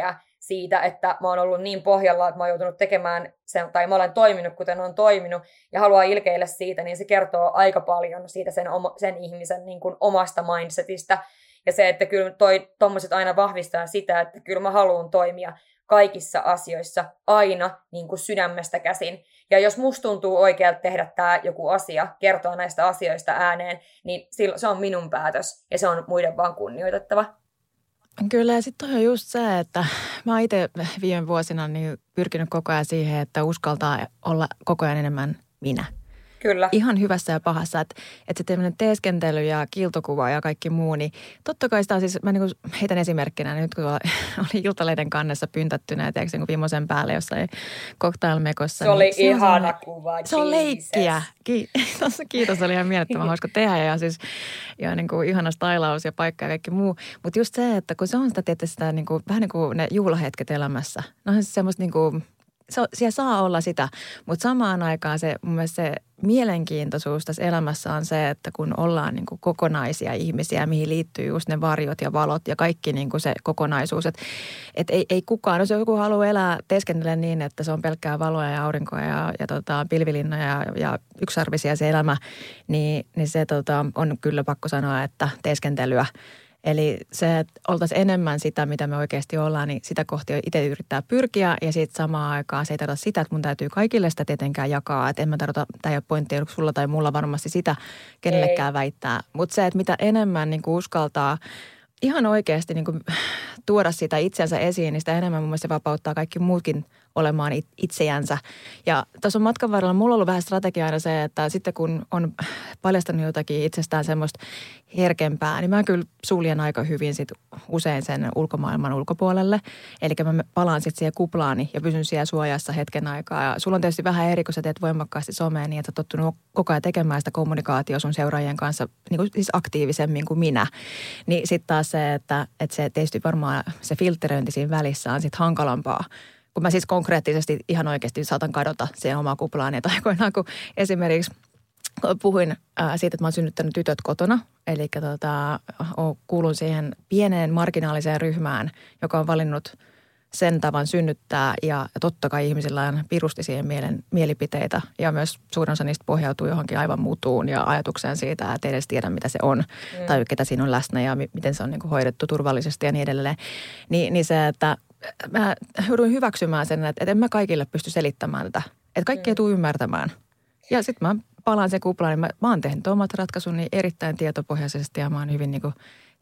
siitä, että mä oon ollut niin pohjalla, että mä oon joutunut tekemään sen, tai mä olen toiminut, kuten on toiminut, ja haluaa ilkeillä siitä, niin se kertoo aika paljon siitä sen, oma, sen ihmisen niin kuin omasta mindsetistä. Ja se, että kyllä toi, tommoset aina vahvistaa sitä, että kyllä mä haluan toimia kaikissa asioissa aina niin kuin sydämestä käsin. Ja jos musta tuntuu oikealta tehdä tämä joku asia, kertoa näistä asioista ääneen, niin se on minun päätös ja se on muiden vaan kunnioitettava. Kyllä, ja sitten on just se, että mä oon itse viime vuosina niin pyrkinyt koko ajan siihen, että uskaltaa olla koko ajan enemmän minä. Kyllä. Ihan hyvässä ja pahassa, että, että se tämmöinen teeskentely ja kiiltokuva ja kaikki muu, niin totta kai sitä on siis, mä niin kuin heitän esimerkkinä, niin nyt kun oli Iltalehden kannessa pyntättynä, tiedätkö, niin viimeisen päälle jossain cocktailmekossa. Se oli niin ihana se kuva, Se on leikkiä. Kiitos, kiitos, oli ihan mielettömän hauska tehdä ja siis ja niin kuin ihana stylaus ja paikka ja kaikki muu. Mutta just se, että kun se on sitä, tietysti sitä niin kuin, vähän niin kuin ne juhlahetket elämässä. No on se semmoista niin kuin, se, siellä saa olla sitä, mutta samaan aikaan se mun mielestä se mielenkiintoisuus tässä elämässä on se, että kun ollaan niin kuin kokonaisia ihmisiä, mihin liittyy just ne varjot ja valot ja kaikki niin kuin se kokonaisuus. Että et ei, ei kukaan, jos joku haluaa elää, teeskennellä niin, että se on pelkkää valoa ja aurinkoa ja, ja tota, pilvilinnoja ja, ja yksarvisia se elämä, niin, niin se tota, on kyllä pakko sanoa, että teeskentelyä. Eli se, että oltaisiin enemmän sitä, mitä me oikeasti ollaan, niin sitä kohti itse yrittää pyrkiä. Ja sitten samaan aikaan se ei tarkoita sitä, että mun täytyy kaikille sitä tietenkään jakaa. Että en mä tarkoita, tämä ei ole pointti, onko sulla tai mulla varmasti sitä kenellekään ei. väittää. Mutta se, että mitä enemmän niin kuin uskaltaa ihan oikeasti niin kuin tuoda sitä itsensä esiin, niin sitä enemmän mun mielestä se vapauttaa kaikki muutkin olemaan itseänsä. Ja tuossa on matkan varrella mulla on ollut vähän strategia aina se, että sitten kun on paljastanut jotakin itsestään semmoista herkempää, niin mä kyllä suljen aika hyvin sit usein sen ulkomaailman ulkopuolelle. Eli mä palaan sitten siihen kuplaani ja pysyn siellä suojassa hetken aikaa. Ja sulla on tietysti vähän eri, kun sä teet voimakkaasti somea niin, että sä tottunut koko ajan tekemään sitä kommunikaatiota sun seuraajien kanssa niin kuin siis aktiivisemmin kuin minä. Niin sitten taas se, että, että se tietysti varmaan se filtteröinti siinä välissä on sitten hankalampaa. Kun mä siis konkreettisesti ihan oikeasti saatan kadota siihen omaa kuplaani. Että aikoinaan, kun esimerkiksi puhuin ää, siitä, että mä oon synnyttänyt tytöt kotona. Eli tota, kuulun siihen pieneen marginaaliseen ryhmään, joka on valinnut sen tavan synnyttää. Ja totta kai ihmisillä on pirusti siihen mielen, mielipiteitä. Ja myös suurin osa niistä pohjautuu johonkin aivan muutuun ja ajatukseen siitä, että ei edes tiedä, mitä se on. Mm. Tai ketä siinä on läsnä ja mi- miten se on niin kuin hoidettu turvallisesti ja niin edelleen. Ni, niin se, että mä jouduin hyväksymään sen, että en mä kaikille pysty selittämään tätä. Että kaikki ei tule ymmärtämään. Ja sitten mä palaan sen kuplaan, niin mä, mä oon tehnyt omat ratkaisuni erittäin tietopohjaisesti ja mä oon hyvin niin kuin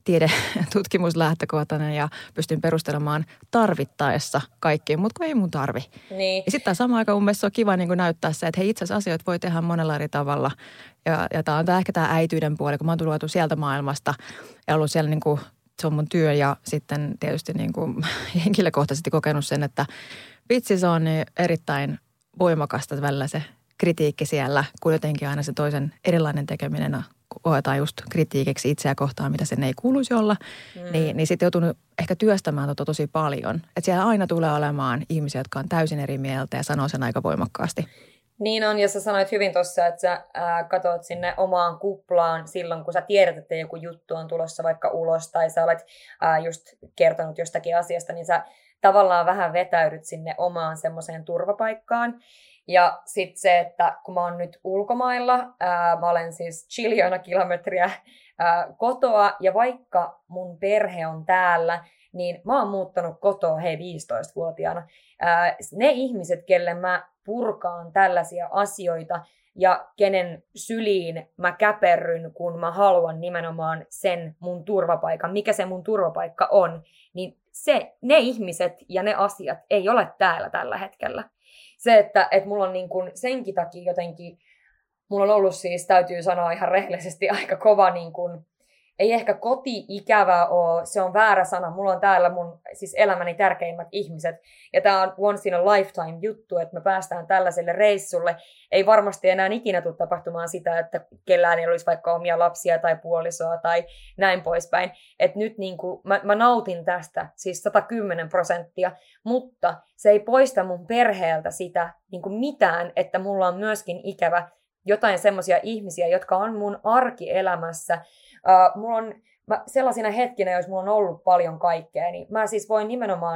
tiedetutkimuslähtökohtainen ja pystyn perustelemaan tarvittaessa kaikkiin, mutta kun ei mun tarvi. Niin. Ja sitten samaan aikaan mun mielestä se on kiva niin kuin näyttää se, että hei, itse asiassa asioita voi tehdä monella eri tavalla. Ja, ja tämä on tää, ehkä tämä äityyden puoli, kun mä oon tullut sieltä maailmasta ja ollut siellä niin kuin se on mun työ ja sitten tietysti niin kuin henkilökohtaisesti kokenut sen, että vitsi se on niin erittäin voimakasta välillä se kritiikki siellä, kun jotenkin aina se toisen erilainen tekeminen koetaan just kritiikiksi itseä kohtaan, mitä sen ei kuuluisi olla, mm. niin, niin sitten joutunut ehkä työstämään tota tosi paljon. Että siellä aina tulee olemaan ihmisiä, jotka on täysin eri mieltä ja sanoo sen aika voimakkaasti. Niin on, ja sä sanoit hyvin tuossa, että sä ää, katot sinne omaan kuplaan silloin, kun sä tiedät, että joku juttu on tulossa vaikka ulos, tai sä olet ää, just kertonut jostakin asiasta, niin sä tavallaan vähän vetäydyt sinne omaan semmoiseen turvapaikkaan. Ja sitten se, että kun mä oon nyt ulkomailla, ää, mä olen siis chiljoona kilometriä ää, kotoa, ja vaikka mun perhe on täällä, niin mä oon muuttanut kotoa hei viisitoistavuotiaana. Ää, ne ihmiset, kelle mä purkaan tällaisia asioita ja kenen syliin mä käperryn, kun mä haluan nimenomaan sen mun turvapaikan, mikä se mun turvapaikka on, niin se, ne ihmiset ja ne asiat ei ole täällä tällä hetkellä. Se, että, että mulla on niin kuin senkin takia jotenkin, mulla on ollut siis, täytyy sanoa ihan rehellisesti, aika kova niin kuin, ei ehkä koti-ikävä ole, se on väärä sana. Mulla on täällä mun siis elämäni tärkeimmät ihmiset. Ja tää on once in a lifetime juttu, että me päästään tällaiselle reissulle. Ei varmasti enää ikinä tule tapahtumaan sitä, että kellään ei olisi vaikka omia lapsia tai puolisoa tai näin poispäin. Että nyt niin kuin, mä, mä nautin tästä siis sata kymmenen prosenttia, mutta se ei poista mun perheeltä sitä niin kuin mitään, että mulla on myöskin ikävä jotain semmoisia ihmisiä, jotka on mun arkielämässä. Uh, mulla on, mä, sellaisina hetkinä, jos mulla on ollut paljon kaikkea, niin mä siis voin nimenomaan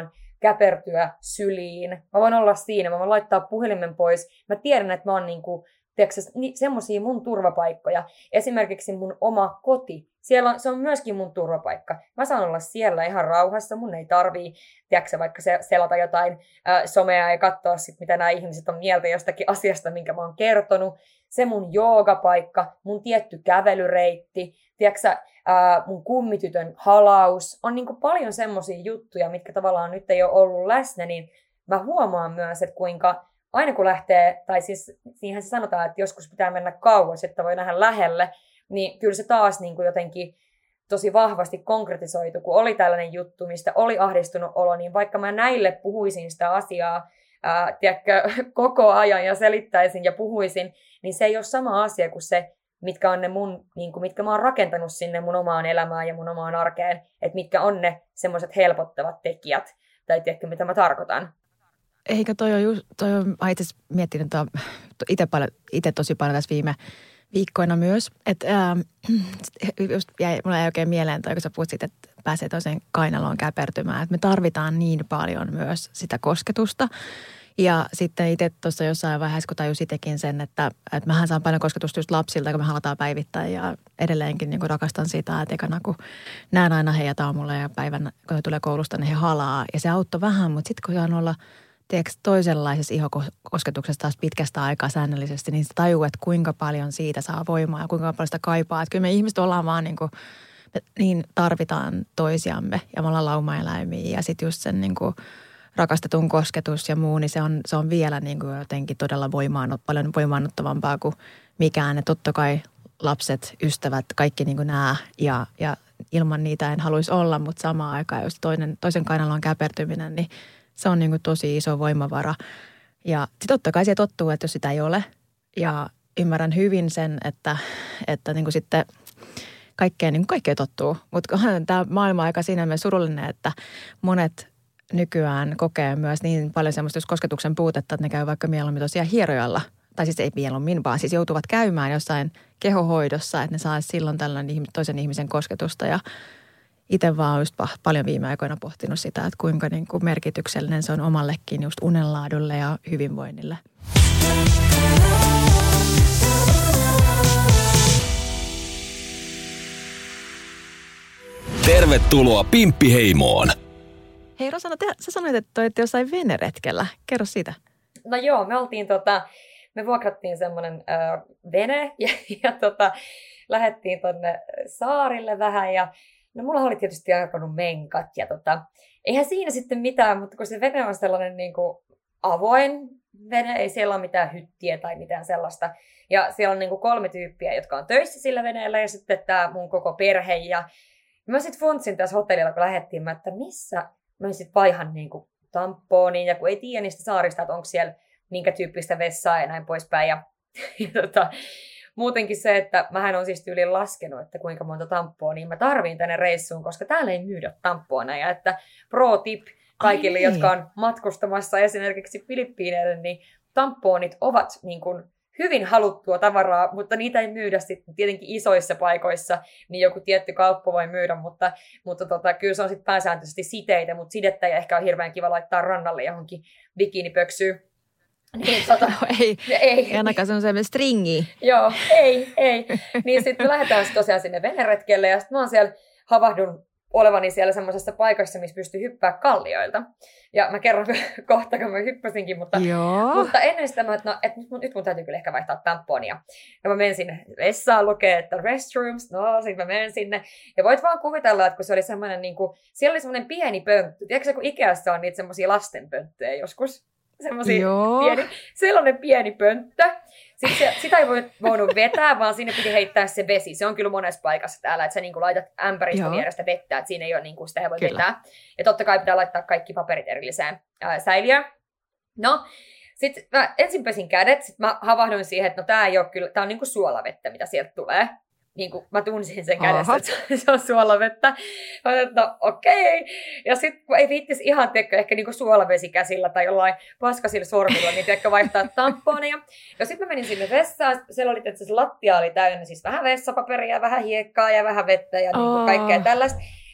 käpertyä syliin. Mä voin olla siinä, mä voin laittaa puhelimen pois. Mä tiedän, että mä oon niinku, tiedätkö, semmosia mun turvapaikkoja. Esimerkiksi mun oma koti. Siellä on, se on myöskin mun turvapaikka. Mä saan olla siellä ihan rauhassa. Mun ei tarvii, tiedätkö, vaikka se, selata jotain ää, somea ja katsoa sit, mitä nämä ihmiset on mieltä jostakin asiasta, minkä mä oon kertonut. Se mun joogapaikka, mun tietty kävelyreitti, tiedätkö, ää, mun kummitytön halaus. On niin kuin paljon semmosia juttuja, mitkä tavallaan nyt ei ole ollut läsnä, niin mä huomaan myös, että kuinka aina kun lähtee, tai siis siihen se sanotaan, että joskus pitää mennä kauas, että voi nähdä lähelle, niin kyllä se taas niin kuin jotenkin tosi vahvasti konkretisoitu, kun oli tällainen juttu, mistä oli ahdistunut olo, niin vaikka mä näille puhuisin sitä asiaa, ää, tiedätkö, koko ajan ja selittäisin ja puhuisin, niin se ei ole sama asia kuin se, mitkä on ne mun, niin kuin, mitkä mä oon rakentanut sinne mun omaan elämään ja mun omaan arkeen, että mitkä on ne semmoiset helpottavat tekijät, tai tiedätkö, mitä mä tarkoitan. Eikö toi on just, toi on, mä itse miettinyt itse, paljon, itse tosi paljon tässä viime viikkoina myös, että ähm, just jäi, mulla ei oikein mieleen toi, kun sä puhut siitä, että pääsee toiseen kainaloon käpertymään, että me tarvitaan niin paljon myös sitä kosketusta. Ja sitten itse tuossa jossain vaiheessa, kun tajus itsekin sen, että, että mähän saan paljon kosketusta just lapsilta, kun me halataan päivittäin ja edelleenkin niin rakastan sitä, että ekana kun näen aina heidät aamulla ja päivän, kun he tulee koulusta, niin he halaa ja se auttoi vähän, mutta sitten kun saan olla tiedätkö, toisenlaisessa ihokosketuksessa taas pitkästä aikaa säännöllisesti, niin tajuu, että kuinka paljon siitä saa voimaa ja kuinka paljon sitä kaipaa. Että kyllä me ihmiset ollaan vaan niin kuin, niin tarvitaan toisiamme ja me ollaan laumaeläimiä ja sitten just sen niin kuin rakastetun kosketus ja muu, niin se on, se on vielä niin kuin jotenkin todella voimaannut, paljon voimaannuttavampaa kuin mikään. Ja totta kai lapset, ystävät, kaikki niin kuin nämä ja, ja ilman niitä en haluaisi olla, mutta samaan aikaan jos toinen, toisen kainaloon käpertyminen, niin se on niin kuin tosi iso voimavara. Ja sitten totta kai se tottuu, että jos sitä ei ole. Ja ymmärrän hyvin sen, että, että niin kuin sitten kaikkea, niin kuin kaikkea tottuu. Mutta tämä maailma on aika siinä mielessä surullinen, että monet nykyään kokee myös niin paljon semmoista kosketuksen puutetta, että ne käy vaikka mieluummin tosiaan hierojalla. Tai siis ei mieluummin, vaan siis joutuvat käymään jossain kehohoidossa, että ne saa silloin tällainen toisen ihmisen kosketusta. Ja itse vaan just paljon viime aikoina pohtinut sitä, että kuinka niin kuin merkityksellinen se on omallekin just unenlaadulle ja hyvinvoinnille. Tervetuloa Pimppiheimoon! Hei Rosanna, te, sä sanoit, että olitte jossain veneretkellä. Kerro siitä. No joo, me oltiin tota, me vuokrattiin semmoinen äh, vene ja, ja tota, lähdettiin tonne saarille vähän ja no mulla oli tietysti alkanut menkat ja tota, eihän siinä sitten mitään, mutta kun se vene on sellainen niin kuin avoin vene, ei siellä ole mitään hyttiä tai mitään sellaista. Ja siellä on niin kuin kolme tyyppiä, jotka on töissä sillä veneellä ja sitten tämä mun koko perhe. Ja mä sitten funtsin tässä hotellilla, kun lähdettiin, mä, että missä mä sitten vaihan niin kuin tamponiin ja kun ei tiedä niistä saarista, että onko siellä minkä tyyppistä vessaa ja näin poispäin. Ja, ja tota, muutenkin se, että mähän on siis tyyliin laskenut, että kuinka monta tampoonia mä tarviin tänne reissuun, koska täällä ei myydä tampooneja. Että pro tip kaikille, Ai. jotka on matkustamassa esimerkiksi Filippiineille, niin tampoonit ovat niin kuin hyvin haluttua tavaraa, mutta niitä ei myydä sitten tietenkin isoissa paikoissa, niin joku tietty kauppa voi myydä, mutta, mutta tota, kyllä se on sitten pääsääntöisesti siteitä, mutta sidettä ei ehkä ole hirveän kiva laittaa rannalle johonkin bikinipöksyyn. Niin, tota, no, ei, ei. ei ainakaan semmoisen stringi. Joo, ei, ei. Niin sitten me lähdetään tosiaan sinne veneretkelle ja sitten mä oon siellä, havahdun olevani siellä semmoisessa paikassa, missä pystyy hyppää kallioilta. Ja mä kerron kohta, kun mä hyppäsinkin, mutta, mutta ennen sitä mä, että no, et nyt, mun, nyt mun täytyy kyllä ehkä vaihtaa tamponia. Ja mä menen sinne vessaan, lukee, että restrooms, no sitten mä menen sinne. Ja voit vaan kuvitella, että kun se oli semmoinen, niin kuin, siellä oli semmoinen pieni pönttö. Tiedätkö kun Ikeassa on niitä semmoisia lastenpönttöjä joskus? Semmoisia pieni, sellainen pieni pönttö. Sitten se, sitä ei voi, voinut vetää, vaan sinne piti heittää se vesi. Se on kyllä monessa paikassa täällä, että sä niin laitat ämpäristä vierestä vettä, että siinä ei ole niin kuin, sitä ei voi kyllä vetää. Ja totta kai pitää laittaa kaikki paperit erilliseen ää, säiliöön. No, sitten mä ensin pesin kädet, sitten mä havahduin siihen, että no tää ei ole kyllä, tää on niin kuin suolavettä, mitä sieltä tulee. Niin kuin mä tunsin sen kädestä, että se on suolavettä. Mä ajattelin, että no okei. Okay. Ja sitten ei viittis ihan tekkö ehkä niin kuin suolavesi käsillä tai jollain paskasilla sormilla, niin tekkö vaihtaa tamponeja. Ja sitten mä menin sinne vessaan. Siellä oli, että se lattia oli täynnä siis vähän vessapaperia, vähän hiekkaa ja vähän vettä ja niin kuin kaikkea tällaista.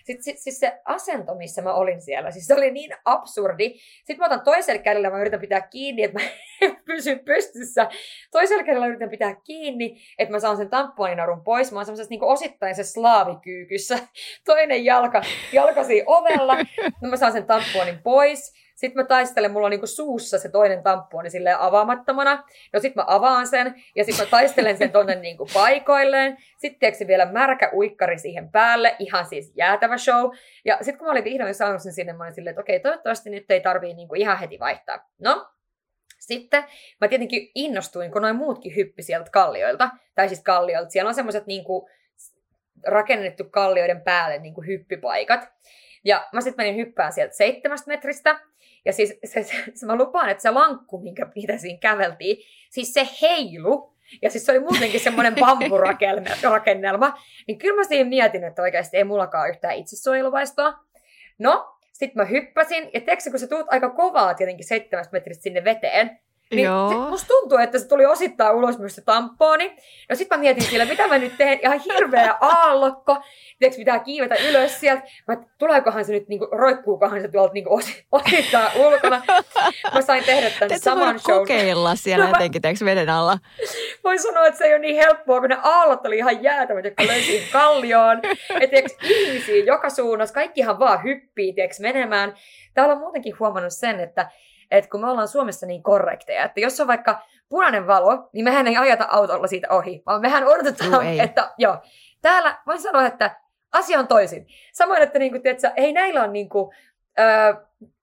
Sitten sit, siis se asento, missä mä olin siellä, siis se oli niin absurdi. Sitten mä otan toisella kädellä, mä yritän pitää kiinni, että mä pysyn pystyssä. Toisella kädellä yritän pitää kiinni, että mä saan sen tamponinarun pois. Mä oon semmoisessa niin osittain se slaavikyykyssä. Toinen jalka, jalka siinä ovella. No mä saan sen tamponin pois. Sitten mä taistelen, mulla on niinku suussa se toinen tamponi silleen avaamattomana. No sit mä avaan sen ja sitten mä taistelen sen tonne niinku paikoilleen. Sitten tiedätkö vielä märkä uikkari siihen päälle, ihan siis jäätävä show. Ja sitten kun mä olin vihdoin saanut sen sinne, mä olin silleen, että okei, toivottavasti nyt ei tarvii niinku ihan heti vaihtaa. No, sitten mä tietenkin innostuin, kun noin muutkin hyppi sieltä kallioilta. Tai siis kallioilta. Siellä on semmoiset niinku rakennettu kallioiden päälle niinku hyppipaikat. Ja mä sitten menin hyppään sieltä seitsemästä metristä. Ja siis se, se, se, mä lupaan, että se lankku, minkä mitä siinä käveltiin, siis se heilu. Ja siis se oli muutenkin semmoinen bamburakennelma. Niin kyllä mä siinä mietin, että oikeasti ei mullakaan yhtään itsesuojeluvaistoa. No, sit mä hyppäsin. Ja tiedätkö, kun sä tuut aika kovaa tietenkin seitsemästä metristä sinne veteen, niin se, musta tuntuu, että se tuli osittain ulos myös se tamponi. No sit mä mietin siellä, mitä mä nyt teen. Ihan hirveä aallokko. Tiedätkö, pitää kiivetä ylös sieltä. Mä, tuleekohan se nyt, niinku, roikkuukohan se tuolta niinku, osittain ulkona. Mä sain tehdä tämän Teet saman show. Kokeilla siellä no, jotenkin, teekö veden alla? Voin sanoa, että se ei ole niin helppoa, kun ne aallot oli ihan jäätävät, jotka löysin kallioon. Että tiedätkö, ihmisiä joka suunnassa, kaikkihan vaan hyppii, tiedätkö, menemään. Täällä on muutenkin huomannut sen, että että kun me ollaan Suomessa niin korrekteja, että jos on vaikka punainen valo, niin mehän ei ajata autolla siitä ohi, vaan mehän odotetaan, Juu, että joo. Täällä voin sanoa, että asia on toisin. Samoin, että niinku, tiedätkö, ei näillä on niinku, öö,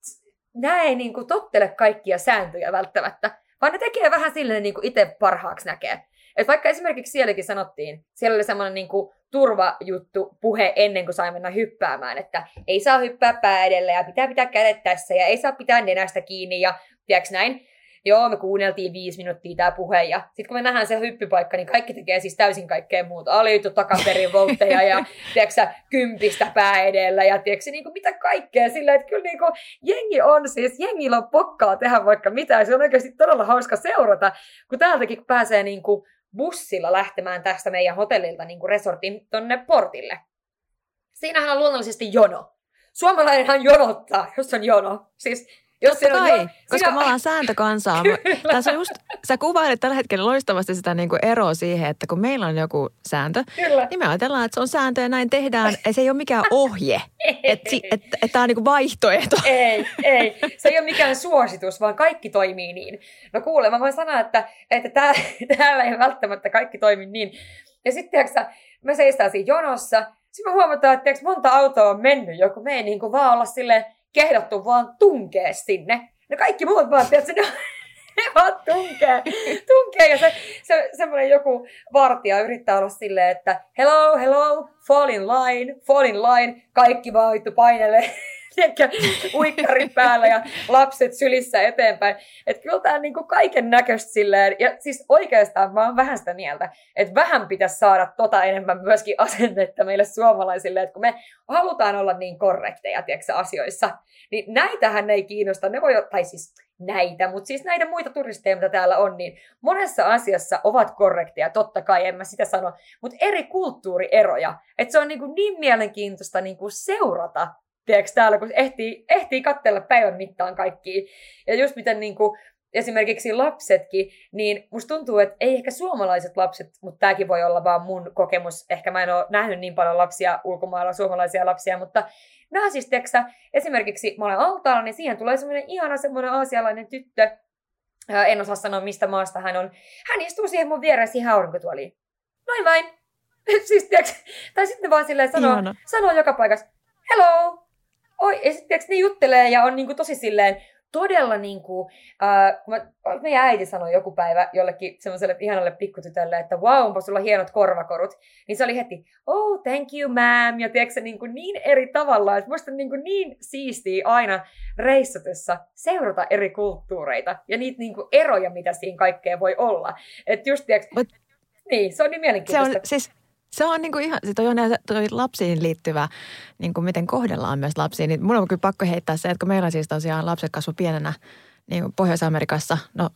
nää ei niinku tottele kaikkia sääntöjä välttämättä, vaan ne tekee vähän silleen niinku itse parhaaksi näkee. Et vaikka esimerkiksi sielläkin sanottiin, siellä oli semmoinen niinku turvajuttu puhe ennen kuin sai mennä hyppäämään, että ei saa hyppää pää edellä ja pitää pitää kädet tässä ja ei saa pitää nenästä kiinni ja tiedätkö näin. Joo, me kuunneltiin viisi minuuttia tää puhe ja sitten kun me nähdään se hyppypaikka, niin kaikki tekee siis täysin kaikkea muuta. Aliitu takaperin voltteja ja tiedätkö kympistä pää edellä ja tiedätkö niinku mitä kaikkea sillä, että kyllä niinku jengi on siis, jengillä on pokkaa tehdä vaikka mitä. Se on oikeasti todella hauska seurata, kun täältäkin pääsee niinku bussilla lähtemään tästä meidän hotellilta niin kuin resortin tonne portille. Siinähän on luonnollisesti jono. Suomalainenhan jonottaa, jos on jono. Siis, jos Totta kai, jo, koska siinä... me ollaan sääntökansaa. Tässä on just, sä kuvailet tällä hetkellä loistavasti sitä niin kuin eroa siihen, että kun meillä on joku sääntö, Kyllä. niin me ajatellaan, että se on sääntö ja näin tehdään. Ja se ei ole mikään ohje, että et, et, et tämä on niin kuin vaihtoehto. Ei, ei. Se ei ole mikään suositus, vaan kaikki toimii niin. No kuule, mä voin sanoa, että, että tää, täällä ei välttämättä kaikki toimi niin. Ja sitten tiedätkö, me seistään siinä jonossa. Sitten me huomataan, että tiedätkö, monta autoa on mennyt joku. Me ei niin kuin vaan olla silleen kehdattu vaan tunkee sinne. No kaikki muut vaan, tiedätkö, ne, ne vaan tunkee. tunkee. Ja se, se, semmoinen joku vartija yrittää olla silleen, että hello, hello, fall in line, fall in line. Kaikki vaan vittu painelee. Uikkarit päällä ja lapset sylissä eteenpäin. Että kyllä tämä on niinku kaiken näköistä silleen. Ja siis oikeastaan mä oon vähän sitä mieltä, että vähän pitäisi saada tota enemmän myöskin asennetta meille suomalaisille. Että kun me halutaan olla niin korrekteja, tiedätkö, asioissa, niin näitähän ei kiinnosta. Ne voi olla, tai siis näitä, mutta siis näitä muita turisteja, mitä täällä on, niin monessa asiassa ovat korrekteja. Totta kai, en mä sitä sano. Mutta eri kulttuurieroja. Että se on niinku niin mielenkiintoista niinku seurata. Tiedätkö, täällä, kun ehtii, ehtii katsella päivän mittaan kaikkia. Ja just miten niin kuin, esimerkiksi lapsetkin, niin musta tuntuu, että ei ehkä suomalaiset lapset, mutta tämäkin voi olla vaan mun kokemus. Ehkä mä en ole nähnyt niin paljon lapsia ulkomailla, suomalaisia lapsia, mutta nämä siis, tiedätkö, esimerkiksi mä olen altaalla, niin siihen tulee semmoinen ihana semmoinen aasialainen tyttö. En osaa sanoa, mistä maasta hän on. Hän istuu siihen mun viereen siihen aurinkotuoliin. Noin vain. Siis, tiedätkö, tai sitten vaan silleen sanoo, sanoo joka paikassa, hello. Oi, ja sitten ne juttelee ja on niinku tosi silleen todella niinku, äh, kun mä, meidän äiti sanoi joku päivä jollekin semmoiselle ihanalle pikkutytölle, että wow, onpa sulla hienot korvakorut. Niin se oli heti, oh, thank you ma'am, ja tiedätkö niinku niin eri tavalla, että musta on niinku niin siistiä aina reissatessa seurata eri kulttuureita ja niitä niinku eroja, mitä siinä kaikkea voi olla. Että just tiedätkö, But, niin, se on niin mielenkiintoista. Se on siis... Se on niin kuin ihan, se toi on toi lapsiin liittyvä, niin kuin miten kohdellaan myös lapsia. Niin mun on kyllä pakko heittää se, että kun meillä siis tosiaan lapset kasvoi pienenä niin kuin Pohjois-Amerikassa, no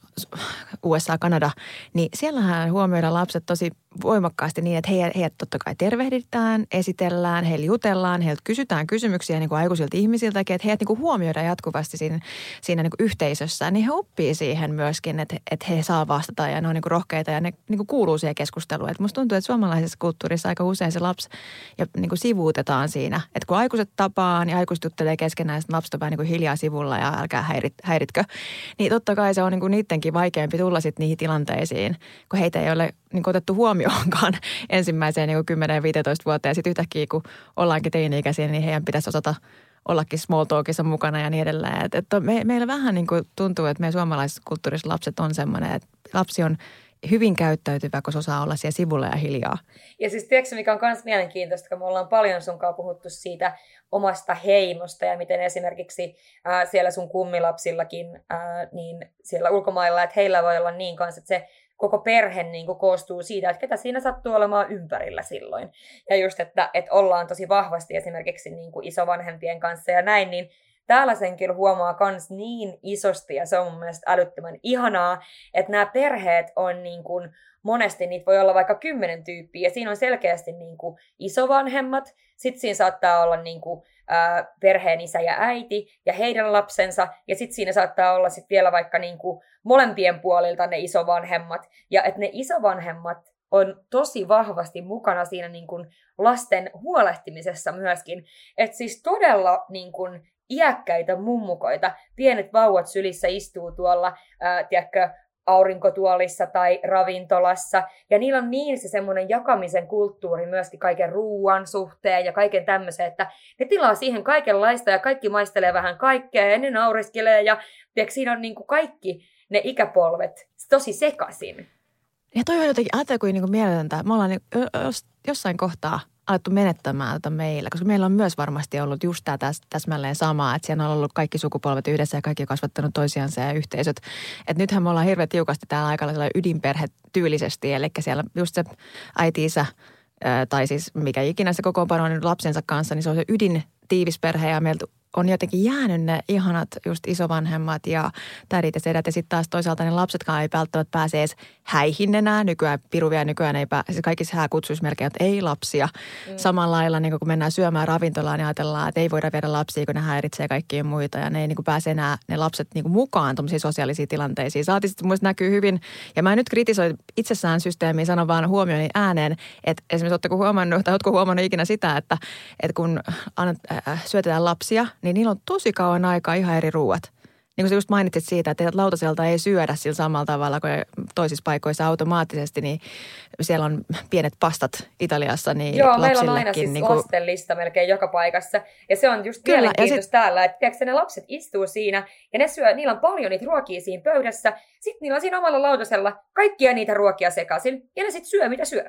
U S A, Kanada, niin siellähän huomioidaan lapset tosi voimakkaasti niin, että heidät, heidät totta kai tervehditään, esitellään, heille jutellaan, heiltä kysytään kysymyksiä niin kuin aikuisilta ihmisiltäkin, että heidät niin kuin huomioidaan jatkuvasti siinä, siinä niin kuin yhteisössä, niin he oppii siihen myöskin, että, että he saa vastata ja ne on niin kuin rohkeita ja ne niin kuin kuuluu siihen keskusteluun. Että musta tuntuu, että suomalaisessa kulttuurissa aika usein se lapsi ja niin kuin sivuutetaan siinä, että kun aikuiset tapaa, niin aikuiset juttelee keskenään, että lapset on vähän niin kuin hiljaa sivulla ja älkää häirit, häiritkö. Niin totta kai se on niin kuin niidenkin vaikeampi tulla sitten niihin tilanteisiin, kun heitä ei ole niin kuin otettu huomioonkaan ensimmäiseen niin kuin kymmenen viisitoista vuotta. Ja sitten yhtäkkiä, kun ollaankin teini-ikäisiä, niin heidän pitäisi osata ollakin small talkissa mukana ja niin edelleen. Et, et me, meillä vähän niin kuin tuntuu, että meidän suomalaisessa kulttuurissa lapset on semmoinen, että lapsi on hyvin käyttäytyvä, kun se osaa olla siellä sivulla ja hiljaa. Ja siis tiedätkö, mikä on myös mielenkiintoista, kun me ollaan paljon sunkaan puhuttu siitä omasta heimosta ja miten esimerkiksi ää, siellä sun kummilapsillakin, ää, niin siellä ulkomailla, että heillä voi olla niin kanssa, että se koko perhe niin kuin koostuu siitä, että ketä siinä sattuu olemaan ympärillä silloin. Ja just, että, että ollaan tosi vahvasti esimerkiksi niin kuin isovanhempien kanssa ja näin, niin täällä sen kyllä huomaa kans niin isosti, ja se on mun mielestä älyttömän ihanaa, että nämä perheet on niin kuin, monesti niitä voi olla vaikka kymmenen tyyppiä, ja siinä on selkeästi niin kuin isovanhemmat, sitten siinä saattaa olla niin kuin, ää, perheen isä ja äiti ja heidän lapsensa, ja sitten siinä saattaa olla sit vielä vaikka niin kuin molempien puolilta ne isovanhemmat, ja että ne isovanhemmat on tosi vahvasti mukana siinä niin kuin lasten huolehtimisessa myöskin, että siis todella niin kuin iäkkäitä mummukoita, pienet vauvat sylissä istuu tuolla, ää, tiedätkö, aurinkotuolissa tai ravintolassa, ja niillä on niin se semmoinen jakamisen kulttuuri myöskin kaiken ruuan suhteen ja kaiken tämmöisen, että ne tilaa siihen kaikenlaista ja kaikki maistelee vähän kaikkea ja ne naureskelee ja tiedätkö, siinä on niin kuin kaikki ne ikäpolvet tosi sekaisin. Ja toi on jotenkin, ajattelin kuin, niin kuin mieletöntä, me ollaan niin, jos, jossain kohtaa alettu menettämään tätä meillä, koska meillä on myös varmasti ollut just tämä täs, täsmälleen samaa, että siellä on ollut kaikki sukupolvet yhdessä ja kaikki kasvattanut toisiansa ja yhteisöt. Että nythän me ollaan hirveän tiukasti täällä aikalla ydinperhe tyylisesti, eli siellä just se äiti-isä, tai siis mikä ikinä se kokoonpano on lapsensa kanssa, niin se on se ydin tiivis perhe ja meiltä on jotenkin jäänyt ne ihanat just isovanhemmat ja tädit ja sedät. Ja sitten taas toisaalta ne lapsetkaan ei välttämättä pääse edes häihin enää. Nykyään piruvia nykyään ei pääse. Siis kaikissa hääkutsuismerkejä, että ei lapsia. Mm. Samalla lailla niin kun mennään syömään ravintolaan, niin ajatellaan, että ei voida viedä lapsia, kun ne häiritsee kaikkia muita. Ja ne ei niin kuin pääse enää ne lapset niin kuin mukaan tuollaisiin sosiaalisiin tilanteisiin. Saati sitten mun näkyy hyvin. Ja mä en nyt kritisoi itsessään systeemiä, sanon vaan huomioon ääneen, että esimerkiksi ootteko huomannut, tai ootko huomannut ikinä sitä, että, että kun annat, äh, syötetään lapsia, niin niillä on tosi kauan aikaa ihan eri ruuat. Niin kuin sä just mainitsit siitä, että lautaselta ei syödä sillä samalla tavalla kuin toisissa paikoissa automaattisesti, niin siellä on pienet pastat Italiassa niin Joo, lapsillekin. Meillä on aina siis niin kuin lastenlista melkein joka paikassa. Ja se on just mielenkiintoista sit täällä, että tiedätkö, ne lapset istuu siinä ja ne syö, niillä on paljon niitä ruokia siinä pöydässä. Sitten niillä on siinä omalla lautasella kaikkia niitä ruokia sekaisin ja ne sitten syö mitä syö.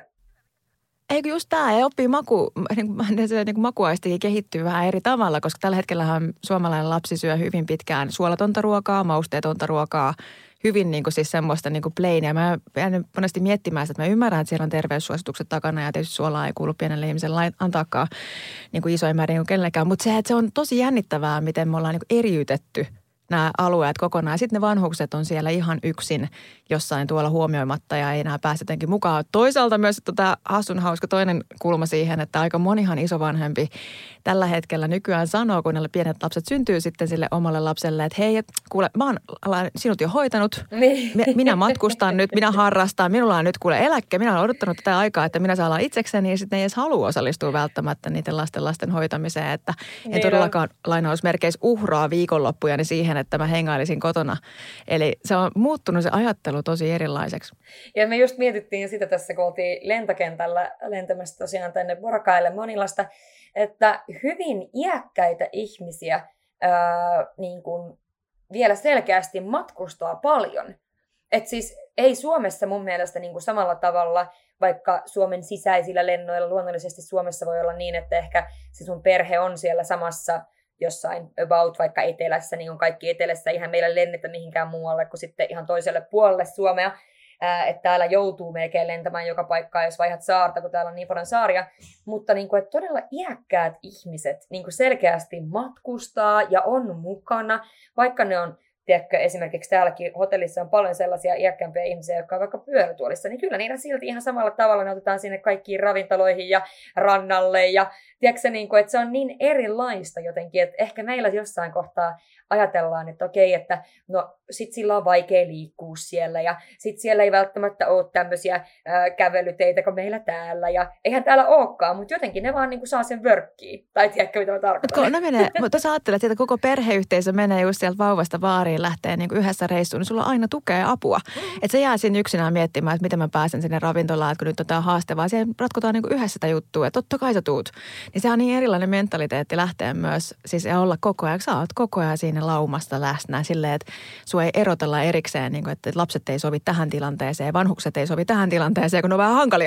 Eikö just tämä, ja oppii maku, niin, se niin makuaisti kehittyy vähän eri tavalla, koska tällä hetkellähän suomalainen lapsi syö hyvin pitkään suolatonta ruokaa, mausteetonta ruokaa, hyvin niin kuin siis semmoista niin kuin plainia. Mä jään monesti miettimään, että mä ymmärrän, että siellä on terveyssuositukset takana ja tietysti suolaa ei kuulu pienelle ihmiselle antaakaan niin kuin isoin määrin kuin kenellekään. Mutta se, että se on tosi jännittävää, miten me ollaan niin kuin eriytetty nämä alueet kokonaan. Sitten ne vanhukset on siellä ihan yksin jossain tuolla huomioimatta ja ei enää pääse jotenkin mukaan. Toisaalta myös tämä hassun hauska toinen kulma siihen, että aika monihan isovanhempi tällä hetkellä nykyään sanoo, kun ne pienet lapset syntyy sitten sille omalle lapselle, että hei, kuule, mä oon sinut jo hoitanut, minä matkustan nyt, minä harrastan, minulla on nyt kuule eläkke, minä olen odottanut tätä aikaa, että minä saan itsekseni ja sitten ei edes halua osallistua välttämättä niiden lasten lasten hoitamiseen, että en niin todellakaan lainausmerkeissä uhraa viikonloppujani siihen, että mä hengailisin kotona. Eli se on muuttunut se ajattelu tosi erilaiseksi. Ja me just mietittiin sitä tässä, kun oltiin lentokentällä lentämässä tosiaan tänne Borakaille Manilasta, että hyvin iäkkäitä ihmisiä ää, niin kuin vielä selkeästi matkustaa paljon. Että siis ei Suomessa mun mielestä niin kuin samalla tavalla, vaikka Suomen sisäisillä lennoilla luonnollisesti Suomessa voi olla niin, että ehkä se sun perhe on siellä samassa jossain about vaikka etelässä, niin on kaikki etelässä, ihan meillä lennetä mihinkään muualle kuin sitten ihan toiselle puolelle Suomea. Ää, että täällä joutuu melkein lentämään joka paikkaan, jos vaihdat saarta, kun täällä on niin paljon saaria. Mutta niin kuin, että todella iäkkäät ihmiset niin kuin selkeästi matkustaa ja on mukana, vaikka ne on tiedätkö, esimerkiksi täälläkin hotellissa on paljon sellaisia iäkkäämpiä ihmisiä, jotka on vaikka pyörätuolissa, niin kyllä niitä silti ihan samalla tavalla ne otetaan sinne kaikkiin ravintoloihin ja rannalle. Ja tiedätkö, niin kuin, että se on niin erilaista jotenkin, että ehkä meillä jossain kohtaa ajatellaan, että okei, että no sit sillä on vaikea liikkua siellä ja sit siellä ei välttämättä ole tämmöisiä ää, kävelyteitä kuin meillä täällä ja eihän täällä olekaan, mutta jotenkin ne vaan niin kuin saa sen vörkkiin. Tai tiedätkö, mitä mä tarkoitan? No menee, mutta jos ajattelet, että koko perheyhteisö menee just sieltä vauvasta vaariin lähtee niin kuin yhdessä reissuun, niin sulla on aina tukea ja apua. Mm-hmm. Että sä jää siinä yksinään miettimään, että miten mä pääsen sinne ravintolaan, että kun nyt on tää haastavaa. Siellä ratkotaan niin kuin yhdessä sitä juttua, että totta kai sä tuut. Niin se on niin erilainen mentaliteetti lähteä myös, siis ja olla koko ajan, sä oot koko ajan siinä laumasta läsnä silleen, että sua ei erotella erikseen, niin kuin, että lapset ei sovi tähän tilanteeseen, vanhukset ei sovi tähän tilanteeseen, kun ne on vähän hankalia.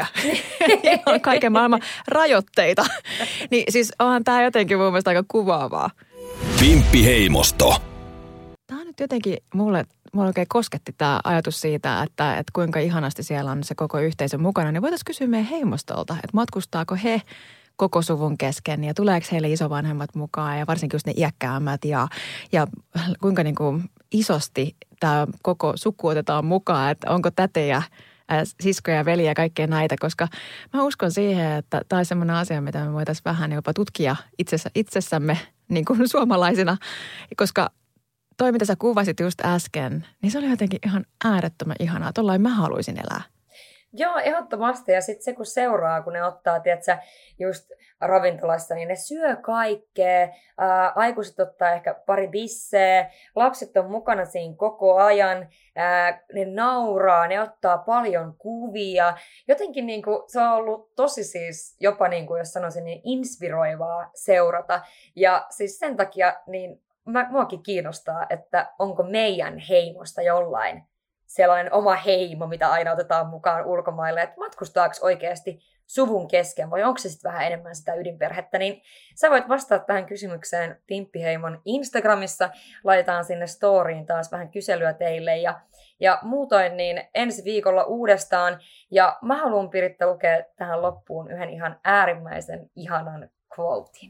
On kaiken maailman rajoitteita. Niin siis onhan tää jotenkin mun mielestä aika kuvaavaa. Pimppiheimosto. Tämä on nyt jotenkin mulle, mulle oikein kosketti tämä ajatus siitä, että, että kuinka ihanasti siellä on se koko yhteisö mukana. Niin voitaisiin kysyä meidän heimostolta, että matkustaako he koko suvun kesken ja tuleeko heille isovanhemmat mukaan ja varsinkin just ne iäkkäämmät ja, ja kuinka niin kuin isosti tämä koko suku otetaan mukaan, että onko tätejä, siskoja, veliä ja kaikkea näitä, koska mä uskon siihen, että tämä on semmoinen asia, mitä me voitaisiin vähän jopa tutkia itsessä, itsessämme niin kuin suomalaisina, koska toi, mitä sä kuvasit just äsken, niin se oli jotenkin ihan äärettömän ihanaa. Tollain mä haluaisin elää. Joo, ehdottomasti. Ja sitten se, kun seuraa, kun ne ottaa, tiedätkö, just ravintolassa, niin ne syö kaikkea. Ää, aikuiset ottaa ehkä pari bisseä. Lapset on mukana siinä koko ajan. Ää, ne nauraa, ne ottaa paljon kuvia. Jotenkin niin kuin, se on ollut tosi siis jopa, niin kuin, jos sanoisin, niin inspiroivaa seurata. Ja siis sen takia niin mä, muakin kiinnostaa, että onko meidän heimosta jollain sellainen oma heimo, mitä aina otetaan mukaan ulkomaille, että matkustaako oikeasti suvun kesken vai onko se sitten vähän enemmän sitä ydinperhettä, niin sä voit vastata tähän kysymykseen Pimppiheimon Instagramissa, laitetaan sinne storyin taas vähän kyselyä teille ja, ja muutoin niin ensi viikolla uudestaan ja mä haluan Piritta lukea tähän loppuun yhden ihan äärimmäisen ihanan quotein.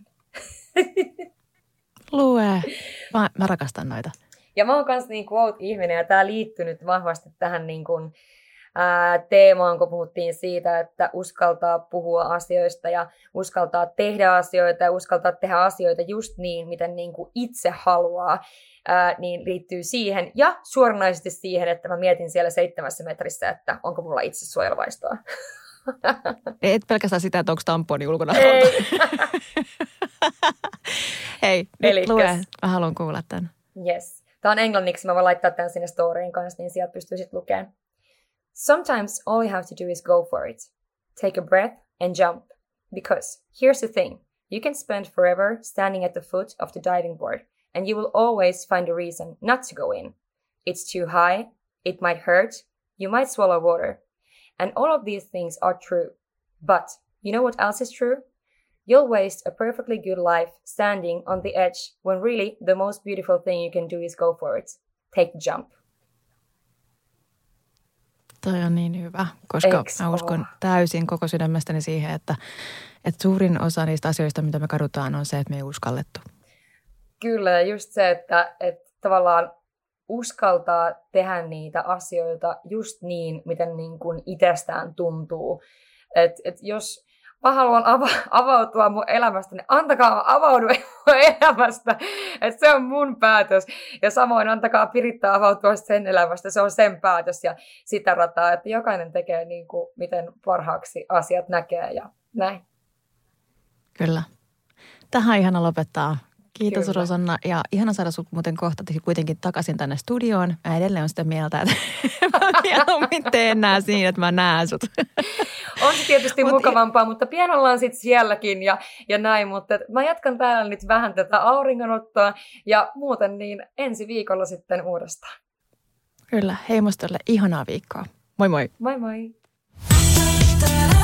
Lue. Mä, mä rakastan noita. Ja mä oon kanssa niin quote-ihminen, ja tää liittyy nyt vahvasti tähän niin kuin, ää, teemaan, kun puhuttiin siitä, että uskaltaa puhua asioista ja uskaltaa tehdä asioita ja uskaltaa tehdä asioita just niin, miten niin kuin itse haluaa, ää, niin liittyy siihen. Ja suoranaisesti siihen, että mä mietin siellä seitsemässä metrissä, että onko mulla itse suojeluvaistoa. Et pelkästään sitä, että onko tamponi ulkona. Ei. Hei, nyt lue. Mä haluan kuulla tämän. Yes. Tämä on englanniksi, mä voin laittaa tämän sinne storyin kanssa, niin sieltä pystyy sitten lukemaan. Sometimes all you have to do is go for it. Take a breath and jump. Because here's the thing. You can spend forever standing at the foot of the diving board, and you will always find a reason not to go in. It's too high, it might hurt, you might swallow water. And all of these things are true. But you know what else is true? You'll waste a perfectly good life standing on the edge when really the most beautiful thing you can do is go for it. Take the jump. Toi on niin hyvä, koska Eks mä uskon ole? täysin koko sydämestäni siihen, että, että suurin osa niistä asioista, mitä me kadutaan, on se, että me ei uskallettu. Kyllä, ja just se, että, että tavallaan uskaltaa tehdä niitä asioita just niin, miten niin kuin itsestään tuntuu. Että et jos mä haluan ava- avautua mun elämästä, niin antakaa avautua mun elämästä. Että se on mun päätös. Ja samoin antakaa Piritta avautua sen elämästä. Se on sen päätös ja sitä rataa. Että jokainen tekee niin kuin, miten parhaaksi asiat näkee ja näin. Kyllä. Tähän ihana lopettaa. Kiitos Kyllä. Rosanna ja ihana saada sut muuten kohta kuitenkin takaisin tänne studioon. Mä edelleen on sitä mieltä, että mä mieluummin teen nää siinä, että mä näen sut. On se tietysti Mut mukavampaa, mutta pian ollaan sitten sielläkin ja, ja näin. Mutta mä jatkan täällä nyt vähän tätä auringonottoa ja muuten niin ensi viikolla sitten uudestaan. Kyllä, heimostolle ihanaa viikkoa. Moi moi. Moi moi.